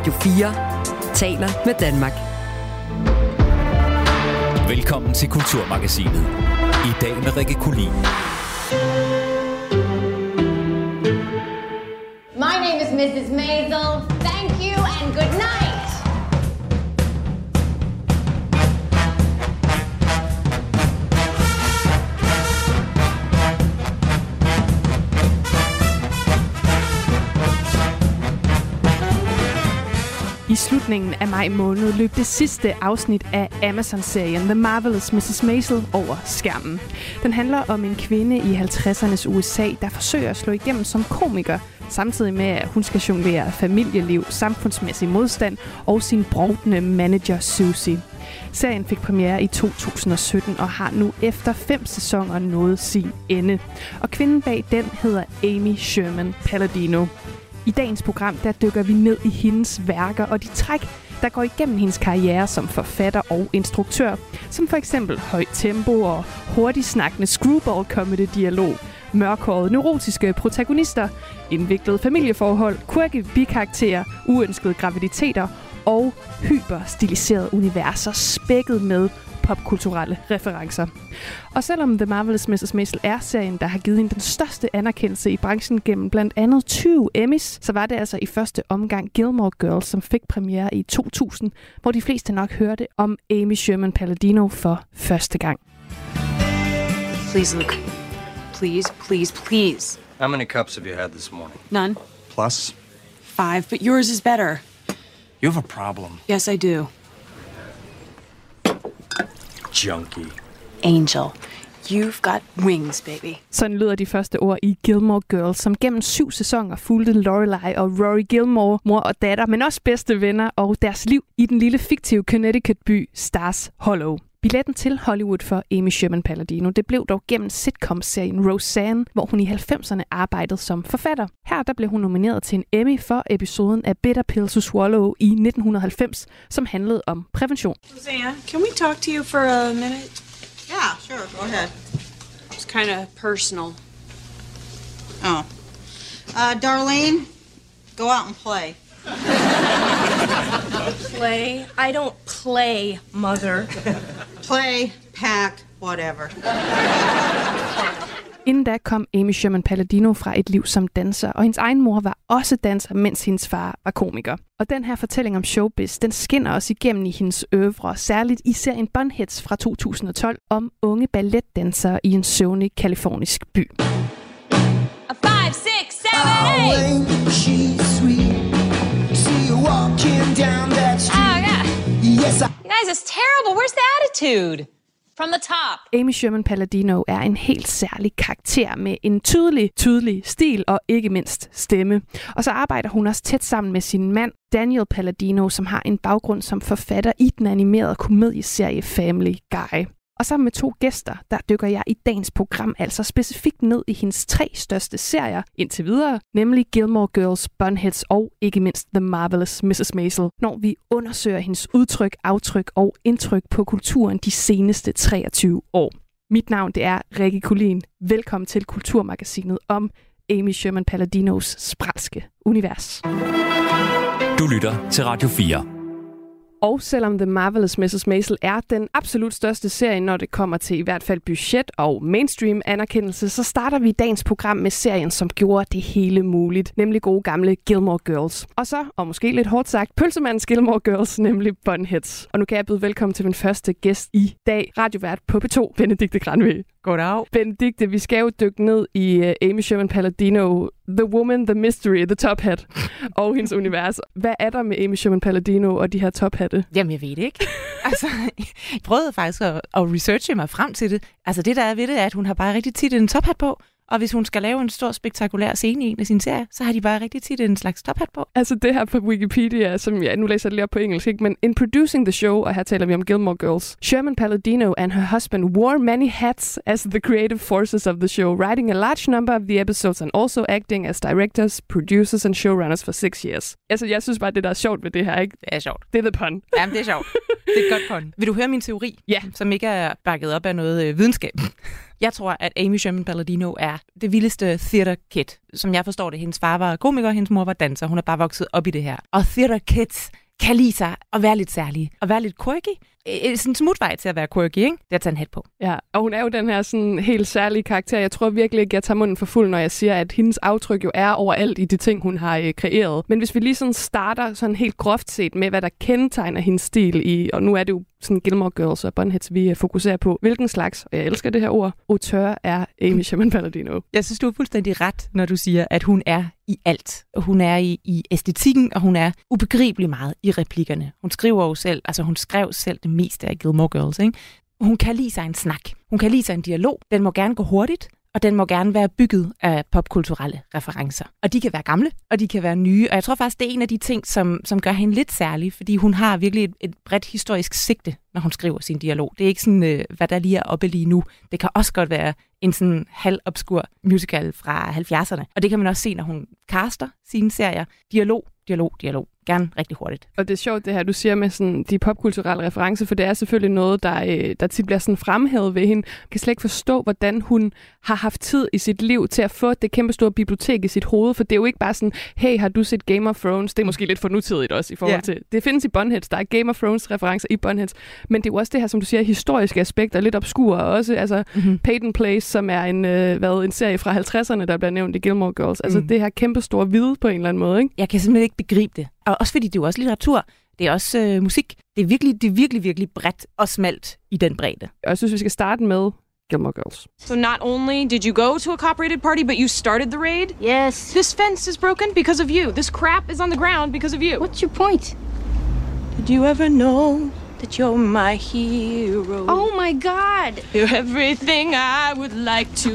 Radio 4 taler med Danmark. Velkommen til Kulturmagasinet. I dag med Rikke Kulin. My name is Mrs. Maisel. Thank you and good night. I slutningen af maj måned løb det sidste afsnit af Amazon-serien The Marvelous Mrs. Maisel over skærmen. Den handler om en kvinde i 50'ernes USA, der forsøger at slå igennem som komiker, samtidig med at hun skal jonglere familieliv, samfundsmæssig modstand og sin brovtende manager Susie. Serien fik premiere i 2017 og har nu efter 5 sæsoner nået sin ende. Og kvinden bag den hedder Amy Sherman Palladino. I dagens program der dykker vi ned i hendes værker og de træk, der går igennem hendes karriere som forfatter og instruktør, som for eksempel højt tempo og hurtigsnakkende screwball-comedy-dialog, mørkhårede neurotiske protagonister, indviklede familieforhold, quirky bikarakterer, uønskede graviditeter og hyperstiliserede universer spækket med popkulturelle referencer. Og selvom The Marvelous Mrs. Maisel er serien, der har givet hende den største anerkendelse i branchen gennem blandt andet 20 Emmys, så var det altså i første omgang Gilmore Girls, som fik premiere i 2000, hvor de fleste nok hørte om Amy Sherman Palladino for første gang. Please, Luke. Please, please, please. How many cups have you had this morning? None. Plus? 5, but yours is better. You have a problem. Yes, I do. Junkie. Angel, you've got wings, baby. Sådan lyder de første ord i Gilmore Girls, som gennem 7 sæsoner fulgte Lorelai og Rory Gilmore, mor og datter, men også bedste venner og deres liv i den lille fiktive Connecticut-by Stars Hollow. Billetten til Hollywood for Amy Sherman Palladino, det blev dog gennem sitcom-serien Roseanne, hvor hun i 90'erne arbejdede som forfatter. Her der blev hun nomineret til en Emmy for episoden af Bitter Pill to Swallow i 1990, som handlede om prævention. Roseanne, can we talk to you for a minute? Yeah, sure. Go ahead. It's kind of personal. Oh. Darlene, go out and play. Play? I don't play, Mother. Play, pack, whatever. Inden da kom Amy Sherman Palladino fra et liv som danser, og hendes egen mor var også danser, mens hendes far var komiker. Og den her fortælling om showbiz, den skinner også igennem i hendes øvre, særligt i serien Bunheads fra 2012 om unge balletdansere i en søvnig californisk by. 5, 6, 7, 8. She's sweet. See you walking down that street. Oh, God. Yes, You guys, it's terrible. Where's the attitude? From the top. Amy Sherman Palladino er en helt særlig karakter med en tydelig stil og ikke mindst stemme. Og så arbejder hun også tæt sammen med sin mand, Daniel Palladino, som har en baggrund som forfatter i den animerede komedieserie Family Guy. Og sammen med 2 gæster, der dykker jeg i dagens program altså specifikt ned i hendes 3 største serier indtil videre, nemlig Gilmore Girls, Bunheads og ikke mindst The Marvelous Mrs. Maisel, når vi undersøger hendes udtryk, aftryk og indtryk på kulturen de seneste 23 år. Mit navn det er Rikke Kulin. Velkommen til Kulturmagasinet om Amy Sherman Palladinos spralske univers. Du lytter til Radio 4. Og selvom The Marvelous Mrs. Maisel er den absolut største serie, når det kommer til i hvert fald budget og mainstream anerkendelse, så starter vi dagens program med serien, som gjorde det hele muligt, nemlig gode gamle Gilmore Girls. Og så, og måske lidt hårdt sagt, pølsemandens Gilmore Girls, nemlig Bunheads. Og nu kan jeg byde velkommen til min første gæst i dag, radiovært på P2, Benedikte Granvig. Goddag. Benedikte, vi skal jo dykke ned i Amy Sherman Palladino, The Woman, The Mystery, The Top Hat og hendes univers. Hvad er der med Amy Sherman Palladino og de her tophatte? Jamen, jeg ved det ikke. Altså, jeg prøvede faktisk at researche mig frem til det. Altså, det der er ved det, er, at hun har bare rigtig tit en tophat på. Og hvis hun skal lave en stor, spektakulær scene i en af sine serier, så har de bare rigtig tit en slags tophat på. Altså det her på Wikipedia, som jeg nu læser det lige op på engelsk, ikke? Men in producing the show, og her taler vi om Gilmore Girls, Sherman Palladino and her husband wore many hats as the creative forces of the show, writing a large number of the episodes and also acting as directors, producers and showrunners for 6 years. Altså jeg synes bare, det der er sjovt ved det her, ikke? Det er sjovt. Det er the pun. Jamen, det er sjovt. Det er et godt pun. Vil du høre min teori? Ja. Som ikke er bakket op af noget videnskab? Jeg tror, at Amy Sherman-Palladino er det vildeste theater kid. Som jeg forstår det, hendes far var komiker, hendes mor var danser. Hun er bare vokset op i det her. Og theater kids kan lide sig at være lidt særlige, og være lidt quirky. Sådan en smutvej til at være quirky, ikke? Det er at tage en hat på. Ja, og hun er jo den her sådan helt særlige karakter. Jeg tror virkelig ikke, jeg tager munden for fuld, når jeg siger, at hendes aftryk jo er overalt i de ting, hun har kreeret. Men hvis vi lige sådan starter sådan helt groft set med, hvad der kendetegner hendes stil i, og nu er det jo sådan Gilmore Girls og Bunheads, vi fokuserer på, hvilken slags, og jeg elsker det her ord, auteur er Amy Sherman-Palladino. Jeg synes, du er fuldstændig ret, når du siger, at hun er i alt. Hun er i æstetikken, og hun er ubegribelig meget i replikkerne. Hun skriver jo selv, altså hun skrev selv det meste af Gilmore Girls, ikke? Hun kan lide sig en snak. Hun kan lide sig en dialog. Den må gerne gå hurtigt, og den må gerne være bygget af popkulturelle referencer. Og de kan være gamle, og de kan være nye. Og jeg tror faktisk, det er en af de ting, som gør hende lidt særlig, fordi hun har virkelig et bredt historisk sigte, når hun skriver sin dialog. Det er ikke sådan, hvad der lige er oppe lige nu. Det kan også godt være en sådan halvobskur musical fra 70'erne. Og det kan man også se, når hun caster sine serier. Dialog. Gerne rigtig hurtigt. Og det er sjovt, det her, du siger med sådan de popkulturelle referencer, for det er selvfølgelig noget, der tit bliver sådan fremhævet ved hende. Jeg kan slet ikke forstå, hvordan hun har haft tid i sit liv til at få det kæmpe store bibliotek i sit hoved, for det er jo ikke bare sådan, hey, har du set Game of Thrones? Det er måske lidt for nutidigt også i forhold til. Det findes i Bunheads, der er Game of Thrones referencer i Bunheads, men det er jo også det her, som du siger, historiske aspekter, lidt obskure, og også altså Peyton Place, som er en serie fra 50'erne, der bliver nævnt i Gilmore Girls. Altså det her kæmpe store vide på en eller anden måde, ikke? Jeg kan simpelthen ikke begribe det. Og også fordi det er jo også litteratur, det er også musik. Det er virkelig bredt og smalt i den bredde. Og jeg synes, vi skal starte med Gilmore Girls. So not only did you go to a cop-rated party, but you started the raid? Yes. This fence is broken because of you. This crap is on the ground because of you. What's your point? Did you ever know that you're my hero? Oh my God. You're everything I would like to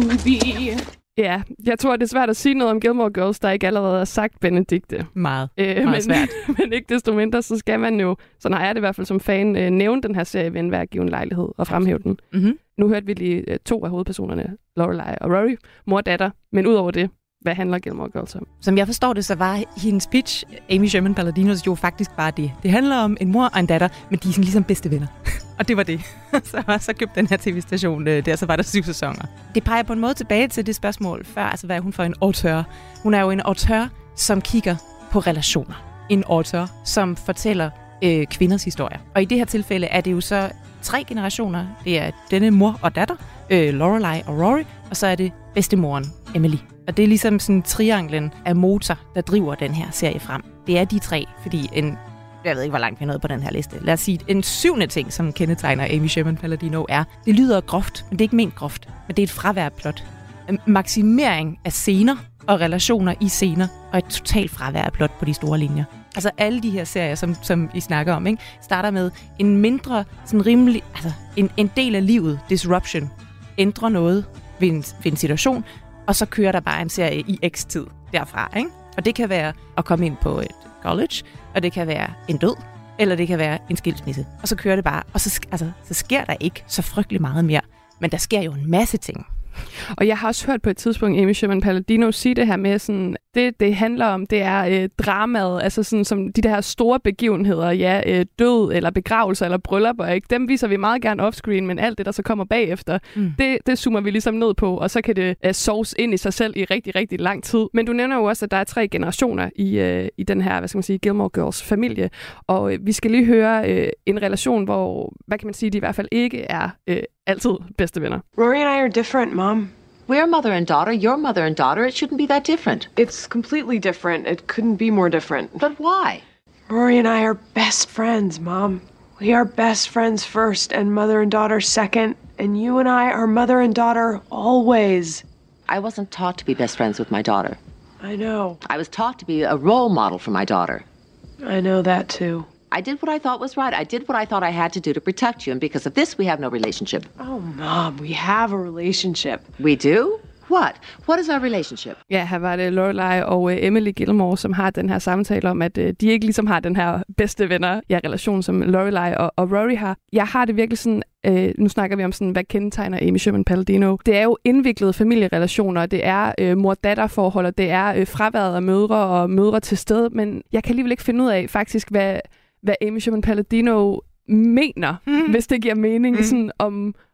be. Ja, jeg tror, det er svært at sige noget om Gilmore Girls, der ikke allerede er sagt, Benedikte. Meget svært. Men ikke desto mindre, så skal man jo, så når jeg er det i hvert fald som fan, nævne den her serie ved enhver given lejlighed og fremhæve den. Mm-hmm. Nu hørte vi lige 2 af hovedpersonerne, Lorelai og Rory, mor og datter, men udover det, hvad handler Gilmore Girls om? Som jeg forstår det, så var hendes pitch, Amy Sherman-Palladino, jo faktisk bare det. Det handler om en mor og en datter, men de er sådan ligesom bedste venner. Og det var det. så købte den her tv-station der, så var der 7 sæsoner. Det peger på en måde tilbage til det spørgsmål før, altså hvad er hun for en auteur? Hun er jo en auteur, som kigger på relationer. En auteur, som fortæller kvinders historier. Og i det her tilfælde er det jo så 3 generationer. Det er denne mor og datter, Lorelai og Rory, og så er det bedstemoren, Emily. Og det er ligesom sådan trianglen af motor, der driver den her serie frem. Det er de 3, fordi jeg ved ikke, hvor langt vi er nået på den her liste. Lad os sige, en 7. ting, som kendetegner Amy Sherman-Palladino er, det lyder groft, men det er ikke ment groft, men det er et fraværplot. Maksimering af scener og relationer i scener, og et totalt fravær af plot på de store linjer. Altså alle de her serier, som I snakker om, ikke, starter med en mindre, sådan rimelig, altså en del af livet, disruption, ændrer noget ved en situation, og så kører der bare en serie i x tid derfra, ikke? Og det kan være at komme ind på et college, og det kan være en død, eller det kan være en skilsmisse. Og så kører det bare, og så sker der ikke så frygtelig meget mere. Men der sker jo en masse ting. Og jeg har også hørt på et tidspunkt Amy Sherman-Palladino sige det her med, sådan, det handler om, det er dramaet, altså sådan som de der store begivenheder, død eller begravelser eller bryllupper, ikke? Dem viser vi meget gerne offscreen, men alt det, der så kommer bagefter, det zoomer vi ligesom ned på, og så kan det sovs ind i sig selv i rigtig, rigtig lang tid. Men du nævner jo også, at der er 3 generationer i den her, hvad skal man sige, Gilmore Girls familie, og vi skal lige høre en relation, hvor, hvad kan man sige, de i hvert fald ikke er altid bedste venner. Rory and I are different, Mom. We're mother and daughter. You're mother and daughter. It shouldn't be that different. It's completely different. It couldn't be more different. But why? Rory and I are best friends, Mom. We are best friends first and mother and daughter second. And you and I are mother and daughter always. I wasn't taught to be best friends with my daughter. I know. I was taught to be a role model for my daughter. I know that too. I did what I thought was right. I did what I thought I had to do to protect you. And because of this, we have no relationship. Oh, Mom, we have a relationship. We do? What? What is our relationship? Ja, her var det Lorelai og Emily Gilmore, som har den her samtale om, at de ikke ligesom har den her bedste venner relation, som Lorelai og Rory har. Jeg har det virkelig sådan, nu snakker vi om sådan, hvad kendetegner Amy Sherman-Palladino. Det er jo indviklede familierelationer, det er mor-datter-forhold, og det er fraværet af mødre og mødre til stede, men jeg kan alligevel ikke finde ud af faktisk, hvad Amy Sherman-Palladino mener, hvis det giver mening, sådan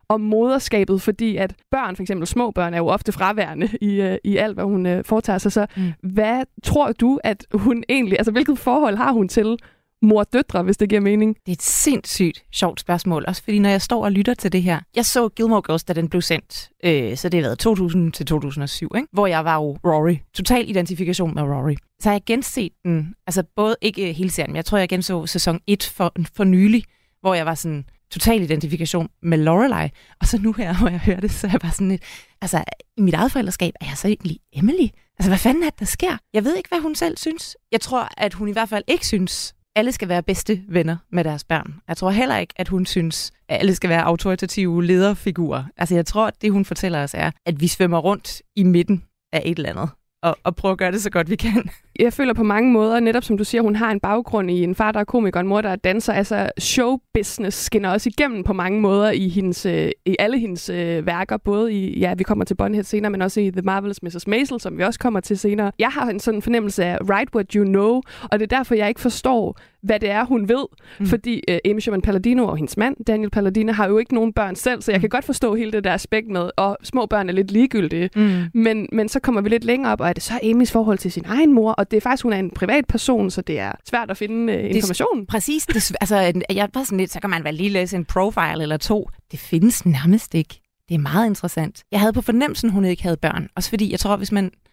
om moderskabet, fordi at børn, for eksempel små børn, er jo ofte fraværende i alt, hvad hun foretager sig. Så hvad tror du, at hun egentlig, altså hvilket forhold har hun til mor-døtre, hvis det giver mening? Det er et sindssygt sjovt spørgsmål, også fordi når jeg står og lytter til det her. Jeg så Gilmore Girls, da den blev sendt, så det har været 2000 til 2007, ikke? Hvor jeg var jo Rory. Total identifikation med Rory. Så har jeg genset den, altså både ikke hele serien, men jeg tror, jeg genså sæson 1 for nylig, hvor jeg var sådan total identifikation med Lorelai. Og så nu her, hvor jeg hører det, så er jeg bare sådan lidt, altså i mit eget forældreskab er jeg så egentlig Emily. Altså hvad fanden er det, der sker? Jeg ved ikke, hvad hun selv synes. Jeg tror, at hun i hvert fald ikke synes, alle skal være bedste venner med deres børn. Jeg tror heller ikke, at hun synes, at alle skal være autoritative lederfigurer. Altså jeg tror, at det hun fortæller os er, at vi svømmer rundt i midten af et eller andet. Og prøve at gøre det så godt vi kan. Jeg føler på mange måder, netop som du siger, hun har en baggrund i en far, der er komiker, en mor, der er danser. Altså showbusiness skinner også igennem på mange måder i alle hendes værker. Både i, vi kommer til Bunhead senere, men også i The Marvelous Mrs. Maisel, som vi også kommer til senere. Jeg har en sådan fornemmelse af write what you know, og det er derfor, jeg ikke forstår, hvad det er, hun ved. Fordi Amy Sherman Palladino og hendes mand, Daniel Palladino, har jo ikke nogen børn selv, så jeg kan godt forstå hele det der aspekt med, og små børn er lidt ligegyldige. Men så kommer vi lidt længere op, og er det så Amys forhold til sin egen mor, og det er faktisk, hun er en privat person, så det er svært at finde information. Præcis. Altså, jeg var sådan lidt, så kan man vel lige læse en profile eller to. Det findes nærmest ikke. Det er meget interessant. Jeg havde på fornemmelsen, hun ikke havde børn. Også fordi, jeg tror, hvis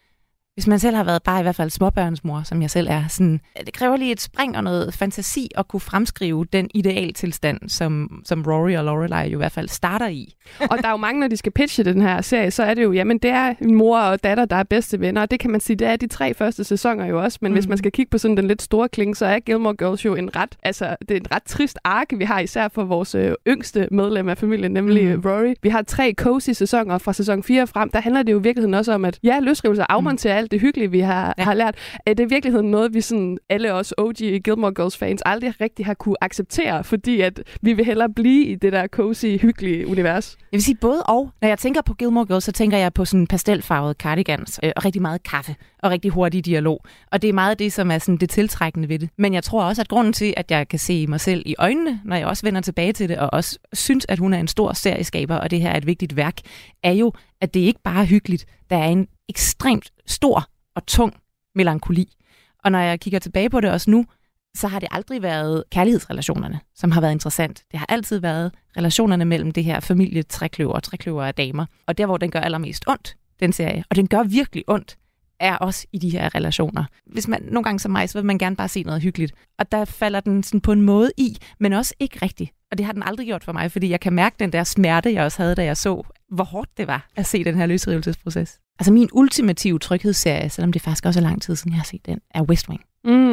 man selv har været bare i hvert fald småbørnsmor, som jeg selv er, sådan, det kræver lige et spring og noget fantasi at kunne fremskrive den idealtilstand, som Rory og Lorelai jo i hvert fald starter i. Og der er jo mange, når de skal pitche den her serie, så er det jo, jamen det er en mor og datter, der er bedste venner, og det kan man sige, det er de 3 første sæsoner jo også, men hvis man skal kigge på sådan den lidt store klinge, så er Gilmore Girls jo det er en ret trist ark, vi har især for vores yngste medlem af familien, nemlig Rory. Vi har 3 cozy sæsoner fra sæson 4 frem, der handler det jo i virkeligheden også om, at løsrivelse afmonterer alt det hyggelige, vi har lært. Er det i virkeligheden noget, vi sådan, alle os OG Gilmore Girls fans aldrig rigtig har kunne acceptere, fordi at vi vil hellere blive i det der cozy, hyggelige univers? Jeg vil sige både og. Når jeg tænker på Gilmore Girls, så tænker jeg på sådan pastelfarvede cardigans og rigtig meget kaffe og rigtig hurtig dialog. Og det er meget det, som er sådan det tiltrækkende ved det. Men jeg tror også, at grunden til, at jeg kan se mig selv i øjnene, når jeg også vender tilbage til det, og også synes, at hun er en stor serieskaber, og det her er et vigtigt værk, er jo, at det ikke bare er hyggeligt. Der er en ekstremt stor og tung melankoli. Og når jeg kigger tilbage på det også nu, så har det aldrig været kærlighedsrelationerne, som har været interessant. Det har altid været relationerne mellem det her familietrækløver af damer. Og der, hvor den gør allermest ondt, den serie, og den gør virkelig ondt, er også i de her relationer. Hvis man nogle gange som mig, så vil man gerne bare se noget hyggeligt. Og der falder den sådan på en måde i, men også ikke rigtigt. Og det har den aldrig gjort for mig, fordi jeg kan mærke den der smerte, jeg også havde, da jeg så, hvor hårdt det var at se den her løsrivelsesproces. Altså min ultimative tryghedsserie, selvom det faktisk også er lang tid siden, jeg har set den, er West Wing.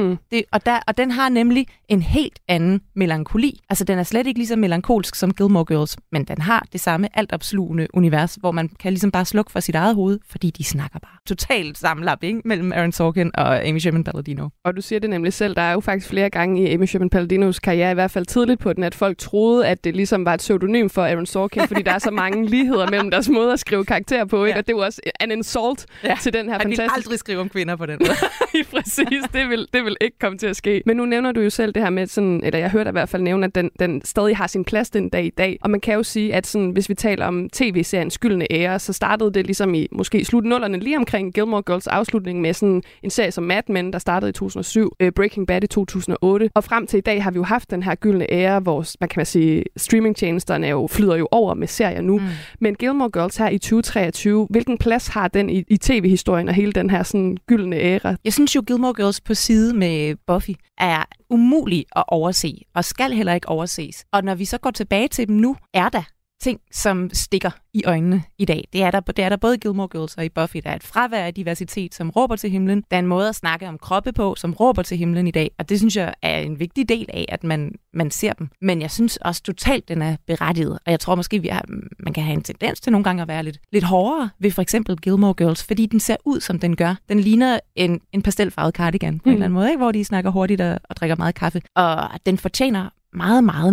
Og den har nemlig en helt anden melankoli. Altså den er slet ikke lige så melankolsk som Gilmore Girls, men den har det samme altopslugende univers, hvor man kan ligesom bare slukke for sit eget hoved, fordi de snakker bare. Totalt sammenlap, ikke? Mellem Aaron Sorkin og Amy Sherman Palladino. Og du siger det nemlig selv, der er jo faktisk flere gange i Amy Sherman Palladinos karriere, i hvert fald tidligt på den, at folk troede, at det ligesom var et pseudonym for Aaron Sorkin, fordi der er så mange ligheder mellem deres måde at skrive karakterer på, ikke? Og det er jo også en insult til den her fantastiske... Han vil aldrig skrive om kvinder på den måde. Præcis, det vil ikke komme til at ske. Men nu nævner du jo selv det her med sådan, eller jeg hørte i hvert fald nævne, at den stadig har sin plads den dag i dag. Og man kan jo sige, at sådan, hvis vi taler om tv-serien Skyldne Ære, så startede det ligesom i måske slut 0'erne, lige omkring Gilmore Girls afslutning med sådan en serie som Mad Men, der startede i 2007, Breaking Bad i 2008. Og frem til i dag har vi jo haft den her Gyldne Ære, hvor man kan sige, streamingtjenesterne flyder jo over med serier nu. Men Gilmore Girls her i 2023, hvilken plads har den i tv-historien og hele den her sådan gyldne æra? Jeg synes jo, Gilmore Girls på side med Buffy er umulig at overse, og skal heller ikke overses. Og når vi så går tilbage til dem nu, er der ting, som stikker i øjnene i dag. Det er der både i Gilmore Girls og i Buffy. Der er et fravær af diversitet, som råber til himlen. Der er en måde at snakke om kroppe på, som råber til himlen i dag. Og det synes jeg er en vigtig del af, at man ser dem. Men jeg synes også totalt, den er berettiget. Og jeg tror måske, man kan have en tendens til nogle gange at være lidt hårdere ved for eksempel Gilmore Girls, fordi den ser ud, som den gør. Den ligner en pastelfarvet cardigan på en eller anden måde, ikke? Hvor de snakker hurtigt og drikker meget kaffe. Og den fortjener meget, meget mere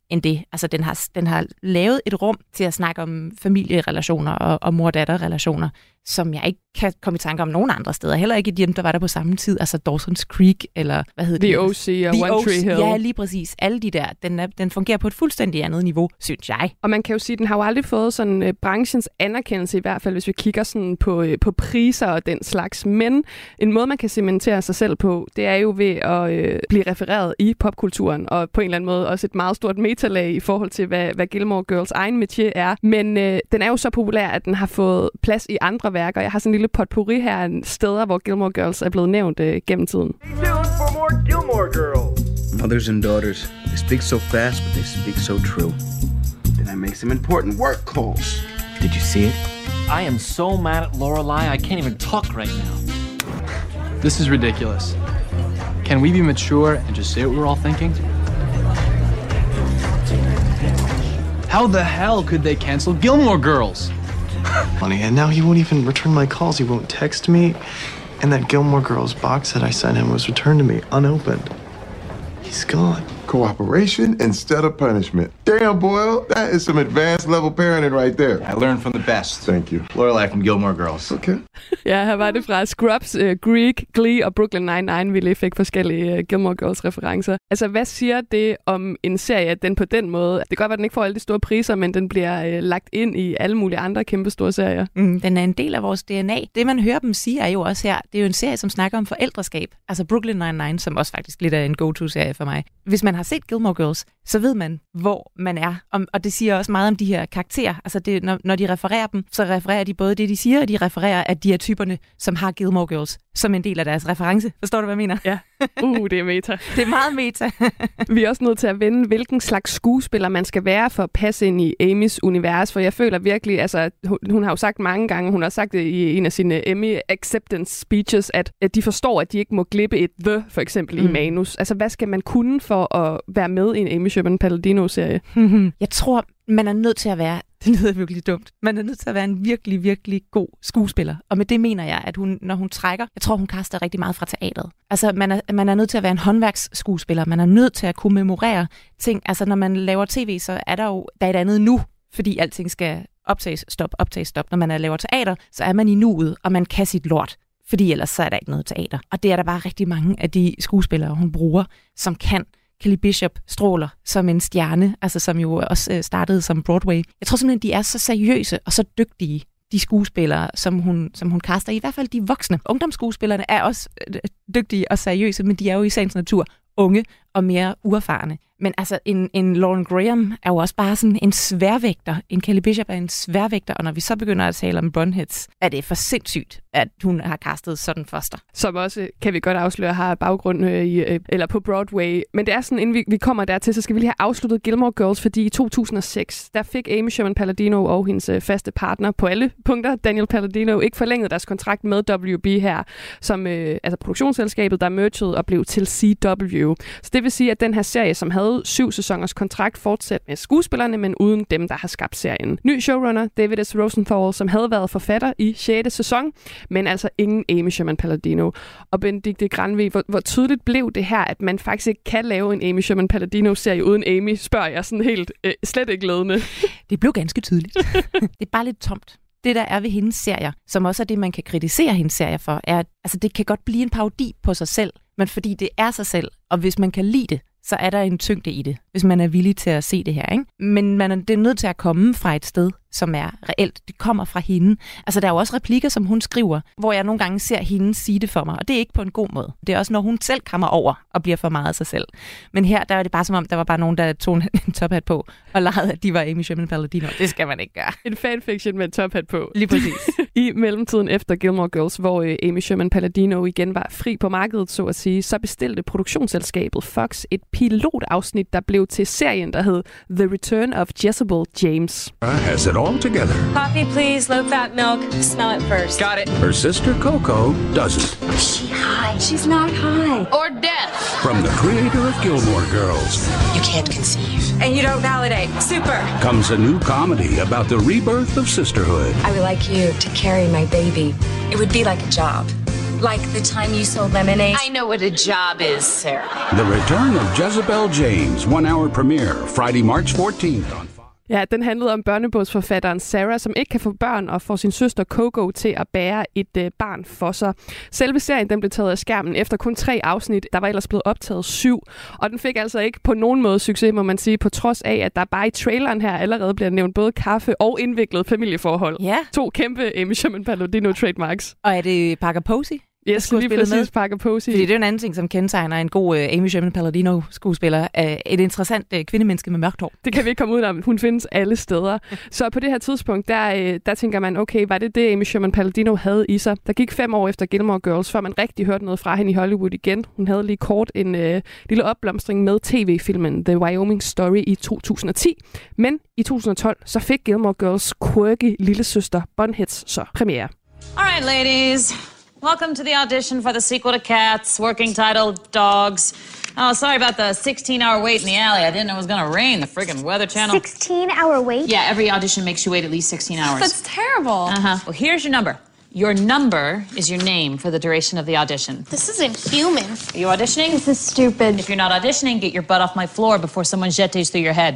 end det. Altså, den har lavet et rum til at snakke om familierelationer og mor-datter-relationer, som jeg ikke kan komme i tanke om nogen andre steder. Heller ikke dem, der var der på samme tid. Altså Dawson's Creek, eller hvad hedder det? The O.C. og One Tree Hill. Ja, lige præcis. Alle de der. Den fungerer på et fuldstændig andet niveau, synes jeg. Og man kan jo sige, at den har jo aldrig fået sådan branchens anerkendelse, i hvert fald hvis vi kigger sådan på priser og den slags. Men en måde, man kan cementere sig selv på, det er jo ved at blive refereret i popkulturen, og på en eller anden måde også et meget stort metalag i forhold til, hvad Gilmore Girls egen métier er. Men den er jo så populær, at den har fået plads i andre værker. Jeg har sådan en lille potpourri her, steder, hvor Gilmore Girls er blevet nævnt gennem tiden. Mothers and daughters, they speak so fast, but they speak so true. Then that makes them important work calls. Did you see it? I am so mad at Lorelai, I can't even talk right now. This is ridiculous. Can we be mature and just say what we're all thinking? How the hell could they cancel Gilmore Girls? Funny, and now he won't even return my calls. He won't text me. And that Gilmore Girls box that I sent him was returned to me unopened. He's gone. Cooperation instead of punishment. Damn, Boyle, that is some advanced level parenting right there. I learned from the best. Thank you. Lorelai from Gilmore Girls. Okay. Ja, her var det fra Scrubs, Greek, Glee og Brooklyn Nine-Nine, vi lige fik forskellige Gilmore Girls-referencer. Altså, hvad siger det om en serie, at den på den måde, det kan godt være, at den ikke får alle de store priser, men den bliver lagt ind i alle mulige andre kæmpe store serier? Den er en del af vores DNA. Det, man hører dem sige, er jo også her, det er jo en serie, som snakker om forældreskab. Altså Brooklyn Nine-Nine, som også faktisk lidt er en go-to-serie for mig. Hvis man har set Gilmore Girls, så ved man, hvor man er. Og det siger også meget om de her karakterer. Altså, det, når de refererer dem, så refererer de både det, de siger, og de refererer, at de er typerne, som har Gilmore Girls som en del af deres reference. Forstår du, hvad jeg mener? Ja. Det er meta. Det er meget meta. Vi er også nødt til at vende, hvilken slags skuespiller man skal være for at passe ind i Amys univers, for jeg føler virkelig, altså hun har jo sagt mange gange, hun har sagt det i en af sine Emmy acceptance speeches, at de forstår, at de ikke må glippe et the, for eksempel, i manus. Altså, hvad skal man kunne for at være med i en Amy Sherman-Palladino-serie? Jeg tror, man er nødt til at være, det lyder virkelig dumt, man er nødt til at være en virkelig, virkelig god skuespiller. Og med det mener jeg, at hun, når hun trækker, jeg tror, hun kaster rigtig meget fra teateret. Altså, man er nødt til at være en håndværksskuespiller. Man er nødt til at kunne memorere ting. Altså, når man laver tv, så er der et andet nu, fordi alting skal optages, stop. Når man laver teater, så er man i nuet, og man kan sit lort. Fordi ellers så er der ikke noget teater. Og det er der bare rigtig mange af de skuespillere, hun bruger, som kan. Kelly Bishop stråler som en stjerne, altså som jo også startede som Broadway. Jeg tror simpelthen, de er så seriøse og så dygtige, de skuespillere, som hun kaster. I hvert fald de voksne. Ungdomsskuespillerne er også dygtige og seriøse, men de er jo i sagens natur unge og mere uerfarne. Men altså, en Lauren Graham er jo også bare sådan en sværvægter. En Kelly Bishop er en sværvægter, og når vi så begynder at tale om Bunheads, er det for sindssygt, at hun har castet sådan foster. Som også, kan vi godt afsløre, har baggrund eller på Broadway. Men det er sådan, inden vi kommer dertil, så skal vi lige have afsluttet Gilmore Girls, fordi i 2006, der fik Amy Sherman-Palladino og hendes faste partner på alle punkter, Daniel Palladino, ikke forlænget deres kontrakt med WB her, som altså produktionsselskabet, der mergede og blev til CW. Så det vil sige, at den her serie, som havde 7 sæsoners kontrakt, fortsat med skuespillerne, men uden dem, der har skabt serien. Ny showrunner, David S. Rosenthal, som havde været forfatter i 6. sæson, men altså ingen Amy Sherman-Palladino. Og Benedikte Granvi, hvor tydeligt blev det her, at man faktisk ikke kan lave en Amy Sherman-Palladino-serie uden Amy, spørger jeg sådan helt slet ikke ledende. Det blev ganske tydeligt. Det er bare lidt tomt. Det, der er ved hendes serier, som også er det, man kan kritisere hendes serier for, er, at altså, det kan godt blive en parodi på sig selv, men fordi det er sig selv, og hvis man kan lide det, så er der en tyngde i det, hvis man er villig til at se det her, ikke? Men det er nødt til at komme fra et sted, som er reelt. Det kommer fra hende. Altså, der er jo også replikker, som hun skriver, hvor jeg nogle gange ser hende sige det for mig, og det er ikke på en god måde. Det er også, når hun selv kommer over og bliver for meget af sig selv. Men her, der er det bare som om, der var bare nogen, der tog en tophat på og legede, at de var Amy Sherman-Palladino. Det skal man ikke gøre. En fanfiction med en tophat på. Lige præcis. I mellemtiden efter Gilmore Girls, hvor Amy Sherman-Palladino igen var fri på markedet, så at sige, så bestilte produktionsselskabet Fox et pilotafsnit, der blev til serien, der hed The Return of Jezebel James. Has it all together. Coffee, please. Low fat milk. Smell it first. Got it. Her sister Coco doesn't. Is she high? She's not high. Or deaf. From the creator of Gilmore Girls. You can't conceive. And you don't validate. Super. Comes a new comedy about the rebirth of sisterhood. I would like you to carry my baby. It would be like a job. Like the time you sold lemonade? I know what a job is, Sarah. The Return of Jezebel James, 1-hour premiere, Friday, March 14th on Ja, den handlede om børnebogsforfatteren Sarah, som ikke kan få børn og får sin søster Coco til at bære et barn for sig. Selve serien den blev taget af skærmen efter kun 3 afsnit. Der var ellers blevet optaget 7, og den fik altså ikke på nogen måde succes, må man sige, på trods af, at der bare i traileren her allerede bliver nævnt både kaffe og indviklet familieforhold. Ja. 2 kæmpe Amy Sherman Palladino trademarks. Og er det Parker Posey? Yes, lige præcis Parker Posey. Fordi det er en anden ting, som kendetegner en god Amy Sherman Palladino-skuespiller. Et interessant kvindemenneske med mørkt hår. Det kan vi ikke komme ud af. Hun findes alle steder. Så på det her tidspunkt, der tænker man, okay, var det Amy Sherman Palladino havde i sig? Der gik 5 år efter Gilmore Girls, før man rigtig hørte noget fra hende i Hollywood igen. Hun havde lige kort en lille opblomstring med tv-filmen The Wyoming Story i 2010. Men i 2012, så fik Gilmore Girls quirky lillesøster Bunheads så premiere. All right, ladies. Welcome to the audition for the sequel to Cats, working title Dogs. Oh, sorry about the 16-hour wait in the alley. I didn't know it was going to rain, the friggin' Weather Channel. 16-hour wait? Yeah, every audition makes you wait at least 16 hours. That's terrible. Uh-huh. Well, here's your number. Your number is your name for the duration of the audition. This isn't human. Are you auditioning? This is stupid. If you're not auditioning, get your butt off my floor before someone jettes through your head.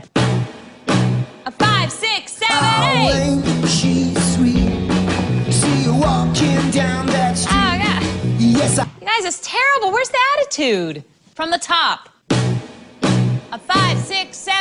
A 5, 6, 7, 8! She's sweet. See you walking down that street. Oh, yeah. Yes, You guys, it's terrible. Where's the attitude? From the top. A 5, 6, 7,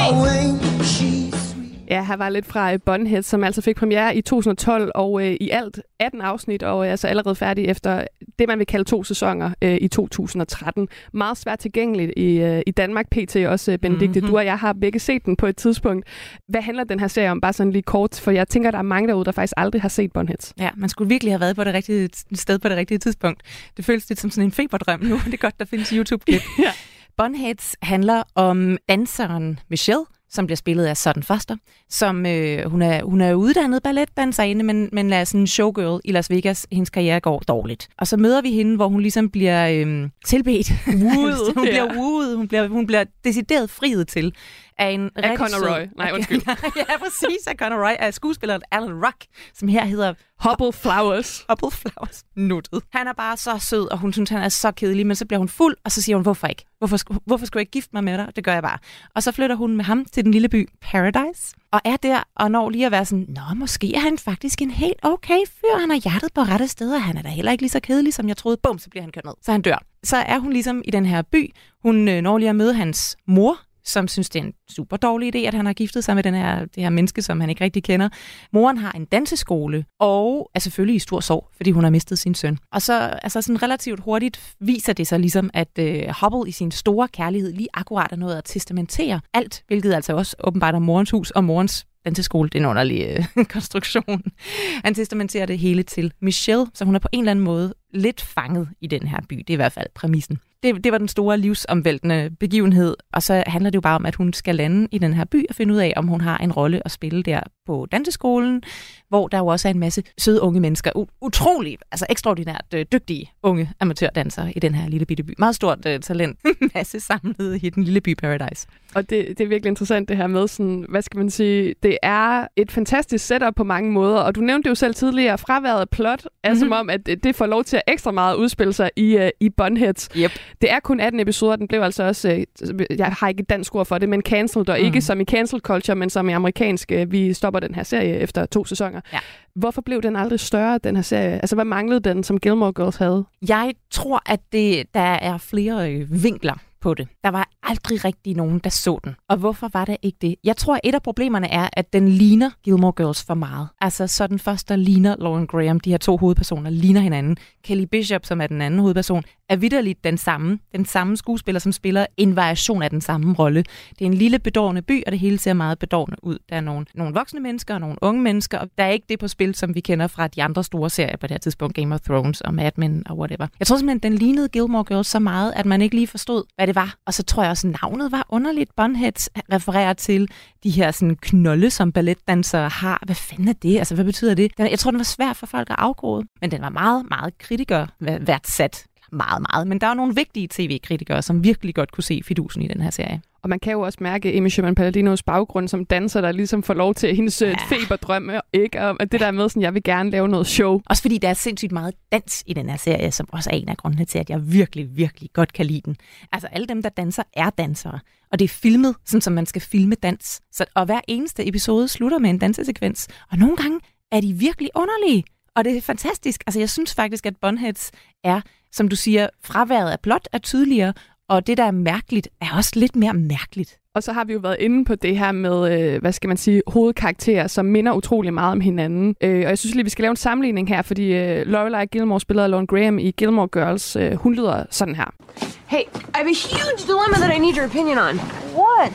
8! Ja, her var lidt fra Bunheads, som altså fik premiere i 2012, og i alt 18 afsnit, og altså allerede færdig efter det, man vil kalde 2 sæsoner i 2013. Meget svært tilgængeligt i Danmark, pt. også, Benedikte. Du og jeg har begge set den på et tidspunkt. Hvad handler den her serie om? Bare sådan lige kort, for jeg tænker, der er mange derude, der faktisk aldrig har set Bunheads. Ja, man skulle virkelig have været på det rigtige sted på det rigtige tidspunkt. Det føles lidt som sådan en feberdrøm nu. Det er godt, der findes YouTube-klip. Ja. Bunheads handler om danseren Michelle, som bliver spillet af Sutton Foster, som hun er uddannet balletdanserinde, men er sådan en showgirl i Las Vegas. Hendes karriere går dårligt. Og så møder vi hende, hvor hun ligesom bliver tilbedt. Hun bliver wooed. Hun bliver decideret friet til af en af Conor Roy. Nej, undskyld. Ja, præcis. Af Conor Roy, af skuespilleren Alan Ruck, som her hedder Hubble Flowers. Hubble Flowers. Nuttet. Han er bare så sød, og hun synes, han er så kedelig, men så bliver hun fuld, og så siger hun, hvorfor ikke? Hvorfor skulle jeg ikke gifte mig med dig? Det gør jeg bare. Og så flytter hun med ham til den lille by Paradise, og er der, og når lige at være sådan, nå, måske er han faktisk en helt okay fyr. Han har hjertet på rette steder, han er da heller ikke lige så kedelig, som jeg troede. Bum, så bliver han kørt ned. Så han dør. Så er hun ligesom i den her by. Hun når lige at møde hans mor, som synes, det er en super dårlig idé, at han har giftet sig med det her menneske, som han ikke rigtig kender. Moren har en danseskole, og er selvfølgelig i stor sorg, fordi hun har mistet sin søn. Og så altså sådan relativt hurtigt viser det sig ligesom, at Hubble i sin store kærlighed lige akkurat er noget at testamentere alt, hvilket altså også åbenbart er morens hus og morens danseskole. Det er en underlig konstruktion. Han testamenterer det hele til Michelle, så hun er på en eller anden måde lidt fanget i den her by. Det er i hvert fald præmissen. Det var den store livsomvæltende begivenhed, og så handler det jo bare om, at hun skal lande i den her by og finde ud af, om hun har en rolle at spille der på danseskolen, hvor der jo også er en masse søde unge mennesker. Utrolig, altså ekstraordinært dygtige unge amatørdansere i den her lille bitte by. Meget stort talent. Masse samlet i den lille by Paradise. Og det er virkelig interessant det her med sådan, hvad skal man sige, det er et fantastisk setup på mange måder, og du nævnte jo selv tidligere, fraværet af plot er som om, at det får lov til at ekstra meget udspille sig i Bunheads. Yep. Det er kun 18 episoder, den blev altså også, jeg har ikke et dansk ord for det, men cancelled, og ikke som i cancel culture, men som i amerikansk, vi stopper den her serie efter 2 sæsoner. Ja. Hvorfor blev den aldrig større, den her serie? Altså, hvad manglede den, som Gilmore Girls havde? Jeg tror, at der er flere vinkler på det. Der var aldrig rigtig nogen, der så den. Og hvorfor var der ikke det? Jeg tror, et af problemerne er, at den ligner Gilmore Girls for meget. Altså, så den første ligner Lauren Graham. De her 2 hovedpersoner ligner hinanden. Kelly Bishop, som er den anden hovedperson, er vitterligt den samme skuespiller, som spiller en variation af den samme rolle. Det er en lille bedårende by, og det hele ser meget bedårende ud. Der er nogle voksne mennesker og nogle unge mennesker, og der er ikke det på spil, som vi kender fra de andre store serier på det her tidspunkt, Game of Thrones og Mad Men og whatever. Jeg tror simpelthen, den lignede Gilmore Girls så meget, at man ikke lige forstod, hvad det var. Og så tror jeg også, at navnet var underligt. Bunheads refererer til de her sådan knolde, som balletdansere har. Hvad fanden er det? Altså, hvad betyder det? Jeg tror, den var svær for folk at afkode, men den var meget, meget kritikerværdsat. meget, meget. Men der er nogle vigtige tv-kritikere, som virkelig godt kunne se fidusen i den her serie. Og man kan jo også mærke Amy Sherman-Palladino's baggrund som danser, der ligesom får lov til hendes feberdrømme, ikke? Og det der med sådan, jeg vil gerne lave noget show. Også fordi der er sindssygt meget dans i den her serie, som også er en af grundene til, at jeg virkelig, virkelig godt kan lide den. Altså alle dem, der danser, er dansere. Og det er filmet, sådan som man skal filme dans. Og hver eneste episode slutter med en dansesekvens. Og nogle gange er de virkelig underlige. Og det er fantastisk. Altså jeg synes faktisk, at Bunheads er, som du siger, fraværet af plot er tydeligere, og det, der er mærkeligt, er også lidt mere mærkeligt. Og så har vi jo været inde på det her med, hvad skal man sige, hovedkarakterer, som minder utrolig meget om hinanden. Og jeg synes lige, vi skal lave en sammenligning her, fordi Lorelai Gilmore spiller Lauren Graham i Gilmore Girls. Hun lyder sådan her. Hey, I have a huge dilemma that I need your opinion on. What?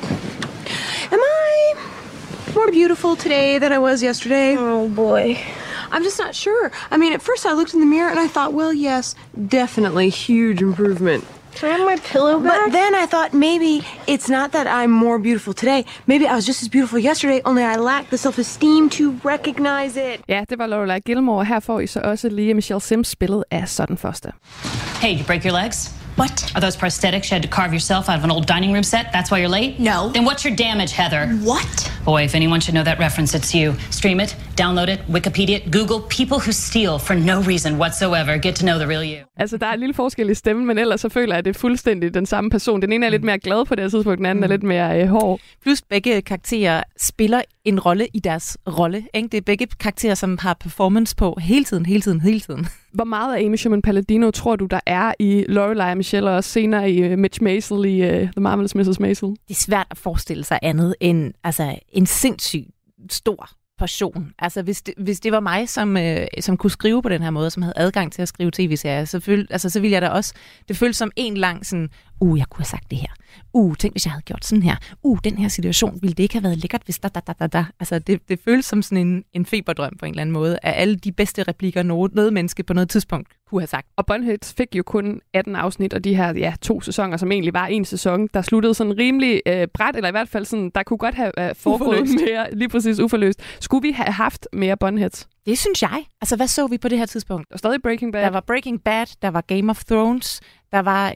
Am I more beautiful today than I was yesterday? Oh, boy. I'm just not sure. I mean, at first I looked in the mirror and I thought, well, yes, definitely huge improvement. Can I have my pillow back? But then I thought maybe it's not that I'm more beautiful today. Maybe I was just as beautiful yesterday, only I lacked the self-esteem to recognize it. Ja, det var Lorelai Gilmore. Her får I så også Lea Michele Sims spillet af Sutton Foster. Hey, did you break your legs? What? Are those prosthetics you had to carve yourself out of an old dining room set? That's why you're late? No. Then what's your damage, Heather? What? Boy, if anyone should know that reference, it's you. Stream it, download it, Wikipedia it, Google people who steal for no reason whatsoever. Get to know the real you. Altså, der er en lille forskel i stemmen, men ellers så føler jeg, at det er fuldstændig den samme person. Den ene er lidt mere glad på det her tidspunkt, den anden er lidt mere hård. Plus begge karakterer spiller en rolle i deres rolle. Ikke? Det er begge karakterer, som har performance på hele tiden. Hvor meget af Amy Sherman-Palladino tror du, der er i Lorelai og Michelle, og også senere i Mitch Maisel i The Marvelous Mrs. Maisel? Det er svært at forestille sig andet end en sindssygt stor portion. Altså, hvis det var mig, som kunne skrive på den her måde, som havde adgang til at skrive tv-serier, så ville jeg da også... Det føles som en lang sådan... jeg kunne have sagt det her. Tænk, hvis jeg havde gjort sådan her. Den her situation, ville det ikke have været lækkert, hvis da. Altså, det føles som sådan en feberdrøm på en eller anden måde, af alle de bedste replikker, noget menneske på noget tidspunkt kunne have sagt. Og Bunheads fik jo kun 18 afsnit, og de her 2 sæsoner, som egentlig var en sæson, der sluttede sådan rimelig bræt, eller i hvert fald sådan, der kunne godt have foregået mere, lige præcis uforløst. Skulle vi have haft mere Bunheads? Det synes jeg. Altså, hvad så vi på det her tidspunkt? Der var stadig Breaking Bad. Der var Breaking Bad, der var Game of Thrones, der var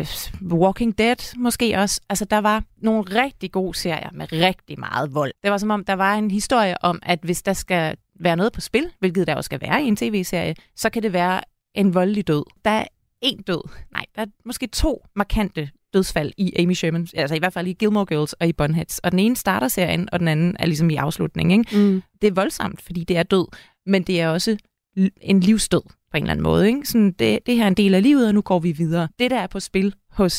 Walking Dead måske også. Altså, der var nogle rigtig gode serier med rigtig meget vold. Det var som om, der var en historie om, at hvis der skal være noget på spil, hvilket der også skal være i en tv-serie, så kan det være en voldelig død. Der er én død. Nej, der er måske 2 markante dødsfald i Amy Sherman, altså i hvert fald i Gilmore Girls og i Bunheads. Og den ene starter serien, og den anden er ligesom i afslutning. Ikke? Det er voldsomt, fordi det er død, men det er også en livsdød på en eller anden måde. Ikke? Sådan, det her er en del af livet, og nu går vi videre. Det, der er på spil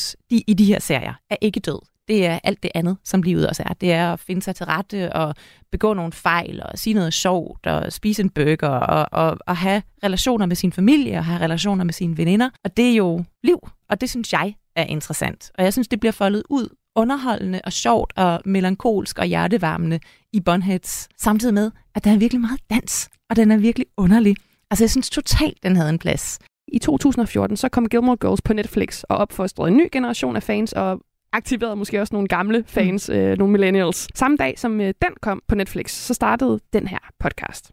i de her serier, er ikke død. Det er alt det andet, som livet også er. Det er at finde sig til rette og begå nogle fejl og sige noget sjovt og spise en burger og have relationer med sin familie og have relationer med sine veninder. Og det er jo liv, og det synes jeg er interessant. Og jeg synes, det bliver foldet ud underholdende og sjovt og melankolsk og hjertevarmende i Bunheads. Samtidig med, at der er virkelig meget dans, og den er virkelig underlig. Altså, jeg synes totalt, den havde en plads. I 2014 så kom Gilmore Girls på Netflix og opfostrede en ny generation af fans og aktiverede måske også nogle gamle fans, nogle millennials. Samme dag som den kom på Netflix, så startede den her podcast.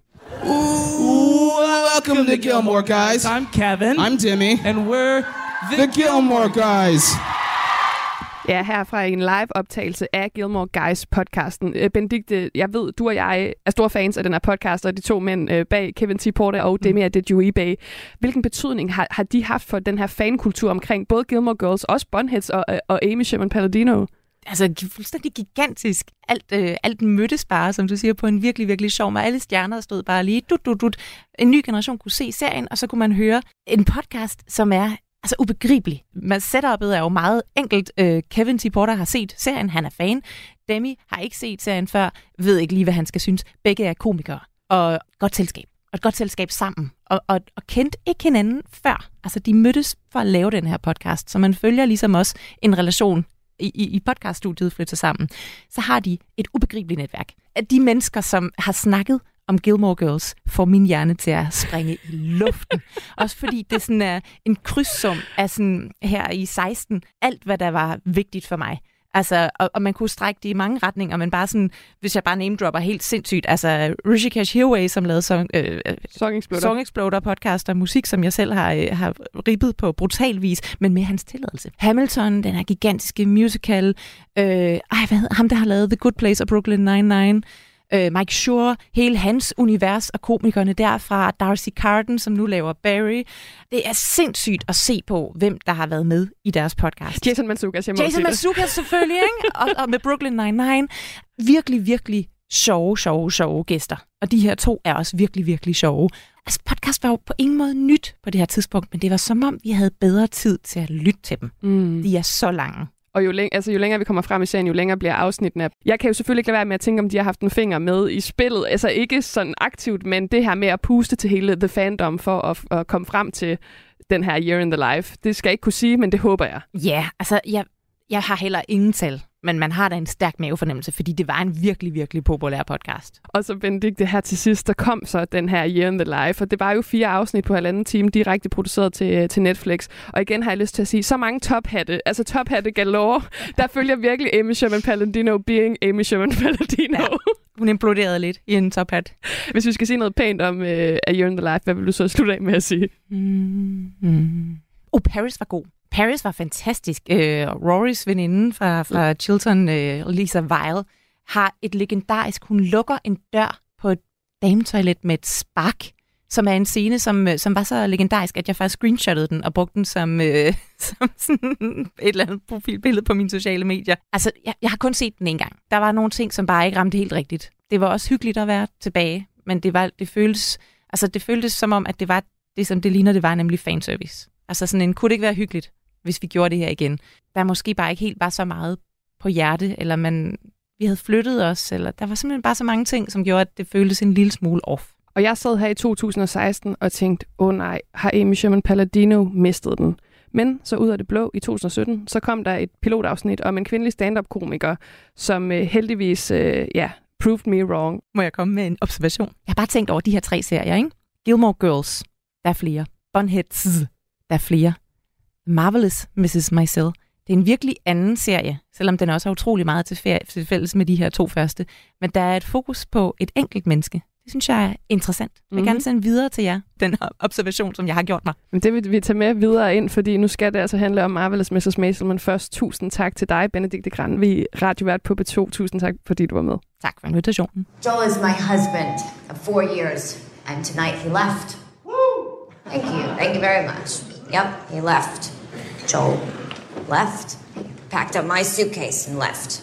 Welcome to Gilmore Guys. I'm Kevin. I'm Demi. And we're the Gilmore Guys. Ja, herfra en live-optagelse af Gilmore Guys-podcasten. Benedikte, jeg ved, du og jeg er store fans af den her podcast, og de 2 mænd bag, Kevin T. Porter og Demi Adejuyigbe. Hvilken betydning har de haft for den her fankultur omkring både Gilmore Girls, også Bunheads og Amy Sherman-Palladino? Altså fuldstændig gigantisk. Alt mødtes bare, som du siger, på en virkelig, virkelig sjov måde. Alle stjerner stod bare lige dut. En ny generation kunne se serien, og så kunne man høre en podcast, som er altså ubegribelig. Men setupet er jo meget enkelt. Kevin T. Porter har set serien, han er fan. Demi har ikke set serien før, ved ikke lige, hvad han skal synes. Begge er komikere og godt selskab. Og et godt selskab sammen. Og kendte ikke hinanden før. Altså, de mødtes for at lave den her podcast, så man følger ligesom også en relation i podcaststudiet flytter sammen. Så har de et ubegribeligt netværk. At de mennesker, som har snakket om Gilmore Girls, får min hjerne til at springe i luften. Også fordi det sådan er en krydssum af sådan her i 16, alt hvad der var vigtigt for mig. Altså, og man kunne strække det i mange retninger, men bare sådan, hvis jeg bare name-dropper helt sindssygt, altså Rishikesh Hirway, som lavede Song Exploder podcast og musik, som jeg selv har ribbet på brutal vis, men med hans tilladelse. Hamilton, den her gigantiske musical, hvad hedder ham, der har lavet The Good Place og Brooklyn Nine-Nine, Mike Schur, hele hans univers og komikerne derfra, Darcy Carden, som nu laver Barry. Det er sindssygt at se på, hvem der har været med i deres podcast. Jason Mantzoukas, selvfølgelig, ikke? Og med Brooklyn Nine-Nine. Virkelig, virkelig sjove gæster. Og de her to er også virkelig, virkelig sjove. Altså, podcast var jo på ingen måde nyt på det her tidspunkt, men det var som om, vi havde bedre tid til at lytte til dem. De er så lange. Og jo længere vi kommer frem i serien, jo længere bliver afsnittene. Jeg kan jo selvfølgelig ikke lade være med at tænke, om de har haft en finger med i spillet. Altså ikke sådan aktivt, men det her med at puste til hele The Fandom for at komme frem til den her Year in the Life. Det skal jeg ikke kunne sige, men det håber jeg. Ja, altså jeg har heller ingen tal, men man har da en stærk mavefornemmelse, fordi det var en virkelig, virkelig populær podcast. Og så Benedikte, her til sidst, der kom så den her Year in the Life, og det var jo 4 afsnit på 1,5 time, direkte produceret til Netflix. Og igen har jeg lyst til at sige, så mange tophatte, altså tophatte galore, der følger virkelig Amy Sherman-Palladino being Amy Sherman-Palladino. Ja, hun imploderede lidt i en tophat. Hvis vi skal sige noget pænt om A Year in the Life, hvad vil du så slutte af med at sige? Paris var god. Paris var fantastisk. Rorys veninde fra Chilton, Lisa Weil, har et legendarisk... Hun lukker en dør på et dametoilet med et spark, som er en scene, som var så legendarisk, at jeg faktisk screenshottede den og brugte den som sådan et eller andet profilbillede på mine sociale medier. Altså, jeg har kun set den en gang. Der var nogle ting, som bare ikke ramte helt rigtigt. Det var også hyggeligt at være tilbage, men det føltes som om, at det var det, som det ligner, det var nemlig fanservice. Altså sådan kunne det ikke være hyggeligt, hvis vi gjorde det her igen. Der måske bare ikke helt var så meget på hjerte, eller vi havde flyttet os, eller der var simpelthen bare så mange ting, som gjorde, at det føltes en lille smule off. Og jeg sad her i 2016 og tænkte, nej, har Amy Sherman-Palladino mistet den? Men så ud af det blå i 2017, så kom der et pilotafsnit om en kvindelig stand-up-komiker, som heldigvis, proved me wrong. Må jeg komme med en observation? Jeg har bare tænkt over de her 3 serier, ikke? Gilmore Girls, der er flere. Bunheads, der er flere. Marvelous Mrs. Maisel. Det er en virkelig anden serie, selvom den også er utrolig meget til fælles med de her 2 første. Men der er et fokus på et enkelt menneske. Det synes jeg er interessant. Jeg vil gerne sende videre til jer, den observation, som jeg har gjort mig. Men det vil vi tage med videre ind, fordi nu skal det altså handle om Marvelous Mrs. Maisel. Men først, tusind tak til dig, Benedikte Granvig, radiovært på P2. Tusind tak, fordi du var med. Tak for invitationen. Joel is my husband of 4 years, and tonight he left. Thank you very much. Yep, he left. Joel left, packed up my suitcase and left.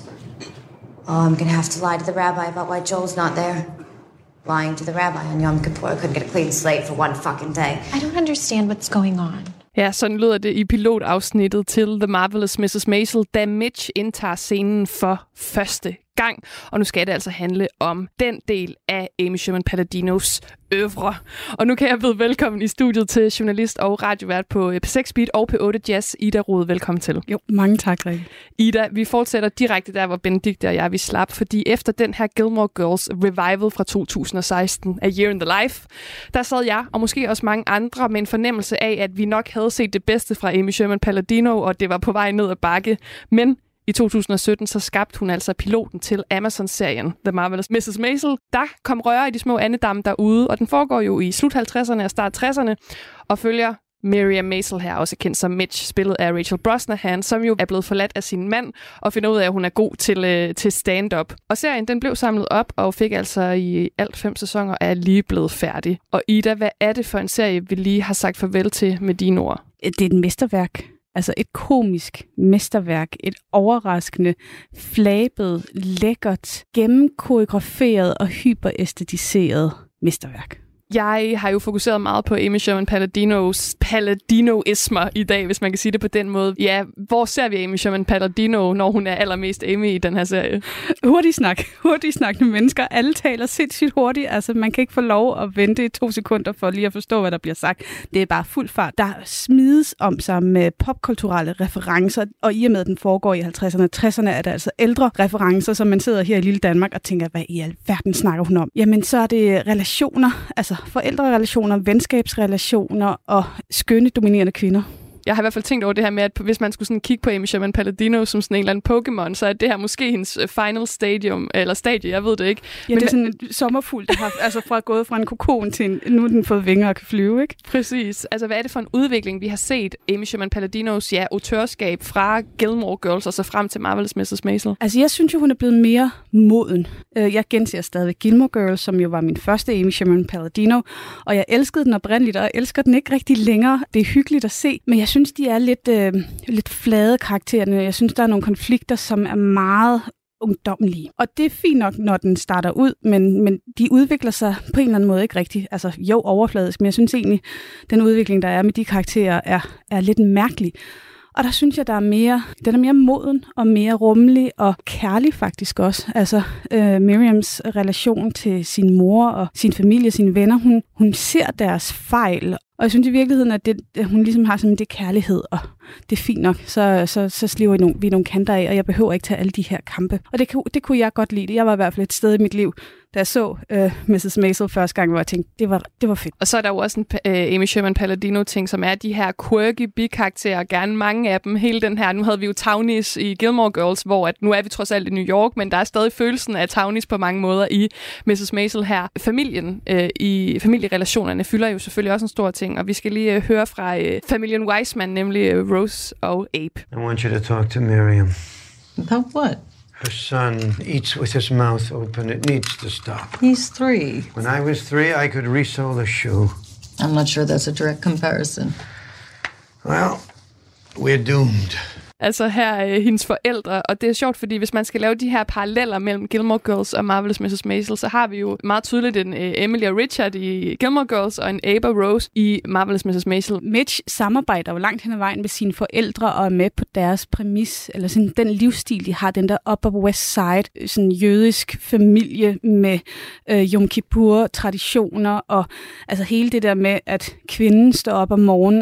Oh, I'm gonna have to lie to the rabbi about why Joel's not there. Lying to the rabbi on Yom Kippur. I couldn't get a clean slate for one fucking day. I don't understand what's going on. Ja, sådan lyder det i pilotafsnittet til The Marvelous Mrs. Maisel, da Mitch indtager scenen for første gang. Og nu skal det altså handle om den del af Amy Sherman-Palladinos øvre. Og nu kan jeg byde velkommen i studiet til journalist og radiovært på P6 Beat og P8 Jazz, Ida Rode. Velkommen til. Jo, mange tak, Rikke. Ida, vi fortsætter direkte der, hvor Benedikte og jeg vi slap, fordi efter den her Gilmore Girls revival fra 2016 af Year in the Life, der sad jeg, og måske også mange andre, med en fornemmelse af, at vi nok havde set det bedste fra Amy Sherman-Palladino, og det var på vej ned ad bakke. Men i 2017 så skabte hun altså piloten til Amazon-serien The Marvelous Mrs. Maisel. Der kom røre i de små andedamme derude, og den foregår jo i slut 50'erne og start 60'erne, og følger Miriam Maisel her, også kendt som Mitch, spillet af Rachel Brosnahan, som jo er blevet forladt af sin mand, og finder ud af, at hun er god til stand-up. Og serien den blev samlet op, og fik altså i alt 5 sæsoner, og er lige blevet færdig. Og Ida, hvad er det for en serie, vi lige har sagt farvel til med dine ord? Det er et mesterværk. Altså et komisk mesterværk, et overraskende, flabet, lækkert, gennemkoreograferet og hyperæstetiseret mesterværk. Jeg har jo fokuseret meget på Amy Sherman-Palladinos Palladino-ismer i dag, hvis man kan sige det på den måde. Ja, hvor ser vi Amy Sherman-Palladino, når hun er allermest Amy i den her serie? Hurtigsnakkende mennesker. Alle taler sindssygt hurtigt. Altså, man kan ikke få lov at vente i 2 sekunder for lige at forstå, hvad der bliver sagt. Det er bare fuld fart. Der smides om sig med popkulturelle referencer, og i og med, at den foregår i 50'erne og 60'erne, er der altså ældre referencer, som man sidder her i lille Danmark og tænker, hvad i alverden snakker hun om? Jamen, så er det relationer, altså forældrerelationer, venskabsrelationer og skønne, dominerende kvinder. jeg har i hvert fald tænkt over det her med, at hvis man skulle sådan kigge på Amy Sherman-Palladino som sådan en eller anden Pokémon, så er det her måske hendes final stadie, jeg ved det ikke. Ja, men det er sådan en sommerfugl, der har altså gået fra en kokon til nu har den fået vinger og kan flyve, ikke? Præcis. Altså, hvad er det for en udvikling, vi har set Amy Sherman-Palladinos autørskab fra Gilmore Girls og så frem til Marvelous Mrs. Maisel? Altså, jeg synes jo, hun er blevet mere moden. Jeg genser stadig Gilmore Girls, som jo var min første Amy Sherman-Palladino, og jeg elskede den oprindeligt, og jeg elsker den ikke rigtig længere. Det er hyggeligt at se, men jeg synes, de er lidt flade karaktererne. Jeg synes, der er nogle konflikter, som er meget ungdommelige. Og det er fint nok, når den starter ud, men de udvikler sig på en eller anden måde ikke rigtigt. Altså jo, overfladisk, men jeg synes egentlig, den udvikling, der er med de karakterer, er lidt mærkelig. Og der synes jeg, den er mere moden og mere rummelig og kærlig faktisk også. Altså Miriams relation til sin mor og sin familie, sine venner, hun ser deres fejl. Og jeg synes i virkeligheden, at hun ligesom har sådan det kærlighed, og det er fint nok. Så sliver vi nogle kanter af, og jeg behøver ikke tage alle de her kampe. Og det kunne jeg godt lide. Jeg var i hvert fald et sted i mit liv, da jeg så Mrs. Maisel første gang, hvor jeg tænkte, det var fedt. Og så er der jo også en Amy Sherman-Palladino-ting, som er de her quirky bikarakterer, gerne mange af dem. Hele den her, nu havde vi jo Townies i Gilmore Girls, hvor at nu er vi trods alt i New York, men der er stadig følelsen af Townies på mange måder i Mrs. Maisel her. Familierelationerne fylder jo selvfølgelig også en stor ting, og vi skal lige høre fra familien Wiseman, nemlig Rose og Abe. I want you to talk to Miriam. About what? Her son eats with his mouth open. It needs to stop. He's 3. When I was 3, I could resole a shoe. I'm not sure that's a direct comparison. Well, we're doomed. Altså her er hendes forældre, og det er sjovt, fordi hvis man skal lave de her paralleller mellem Gilmore Girls og Marvelous Mrs. Maisel, så har vi jo meget tydeligt en Emily og Richard i Gilmore Girls og en Abe og Rose i Marvelous Mrs. Maisel. Mitch samarbejder jo langt hen ad vejen med sine forældre og er med på deres præmis, eller sådan den livsstil, de har, den der Upper West Side, sådan jødisk familie med Yom Kippur-traditioner, og altså hele det der med, at kvinden står op om morgenen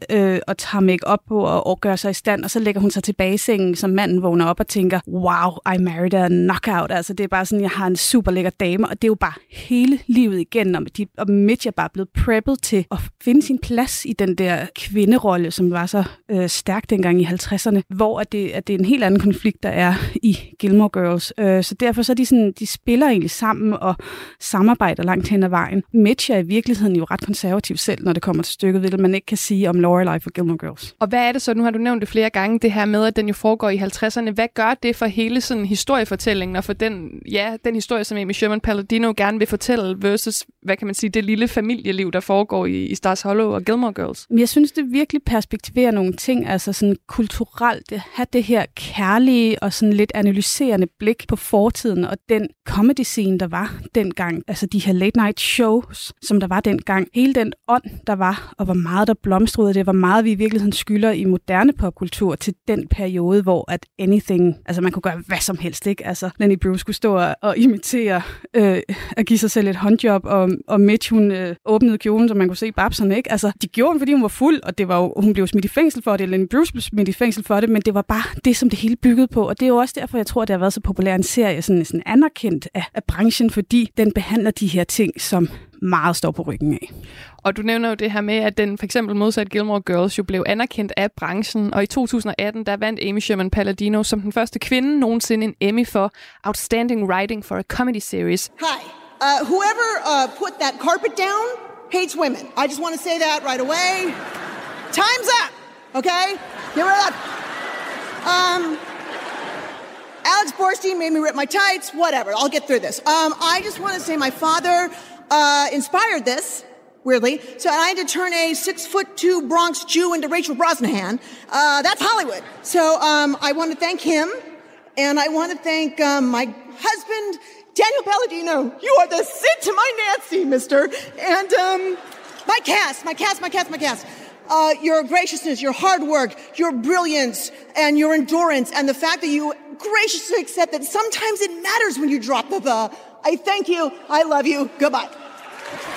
og tager make-up på og gør sig i stand, og så lægger hun sig tilbage i sengen, som manden vågner op og tænker, wow, I married a knockout. Altså det er bare sådan, jeg har en super lækker dame, og det er jo bare hele livet igen, og Mitch er bare blevet preppet til at finde sin plads i den der kvinderolle, som var så stærk dengang i 50'erne, hvor det er en helt anden konflikt, der er i Gilmore Girls. Så derfor så er de spiller egentlig sammen og samarbejder langt hen ad vejen. Mitch er i virkeligheden jo ret konservativ selv, når det kommer til stykket, hvilket man ikke kan sige om Lorelai for Gilmore Girls. Og hvad er det så, nu har du nævnt det flere gange, det her med, at den jo foregår i 50'erne. Hvad gør det for hele sådan historiefortællingen og for den historie, som Amy Sherman-Palladino gerne vil fortælle versus, hvad kan man sige, det lille familieliv, der foregår i Stars Hollow og Gilmore Girls? Jeg synes, det virkelig perspektiverer nogle ting, altså sådan kulturelt, have det her kærlige og sådan lidt analyserende blik på fortiden og den comedy-scene, der var dengang. Altså de her late-night shows, som der var dengang. Hele den ånd, der var, og hvor meget der blomstrede det, hvor meget vi i virkeligheden skylder i moderne popkultur til den periode, hvor at anything, altså man kunne gøre hvad som helst, ikke? Altså Lenny Bruce skulle stå og imitere at give sig selv et håndjob, og Mitch, hun åbnede kjolen, så man kunne se babserne, ikke? Altså de gjorde den, fordi hun var fuld, og det var jo, hun blev smidt i fængsel for det, Lenny Bruce blev smidt i fængsel for det, men det var bare det, som det hele byggede på, og det er jo også derfor, jeg tror, det har været så populær en serie, sådan anerkendt af branchen, fordi den behandler de her ting, som meget står på ryggen af. Og du nævner jo det her med, at den for eksempel modsat Gilmore Girls jo blev anerkendt af branchen, og i 2018, der vandt Amy Sherman-Palladino som den første kvinde nogensinde en Emmy for Outstanding Writing for a Comedy Series. Hi. Whoever put that carpet down hates women. I just want to say that right away. Time's up, okay? Get rid of that. Alex Borstein made me rip my tights, whatever. I'll get through this. I just want to say my father inspired this, weirdly, so I had to turn a 6'2" Bronx Jew into Rachel Brosnahan. That's Hollywood. So I want to thank him, and I want to thank my husband, Daniel Palladino. You are the Sid to my Nancy, mister. And my cast. Your graciousness, your hard work, your brilliance, and your endurance, and the fact that you graciously accept that sometimes it matters when you drop the I thank you, I love you, goodbye.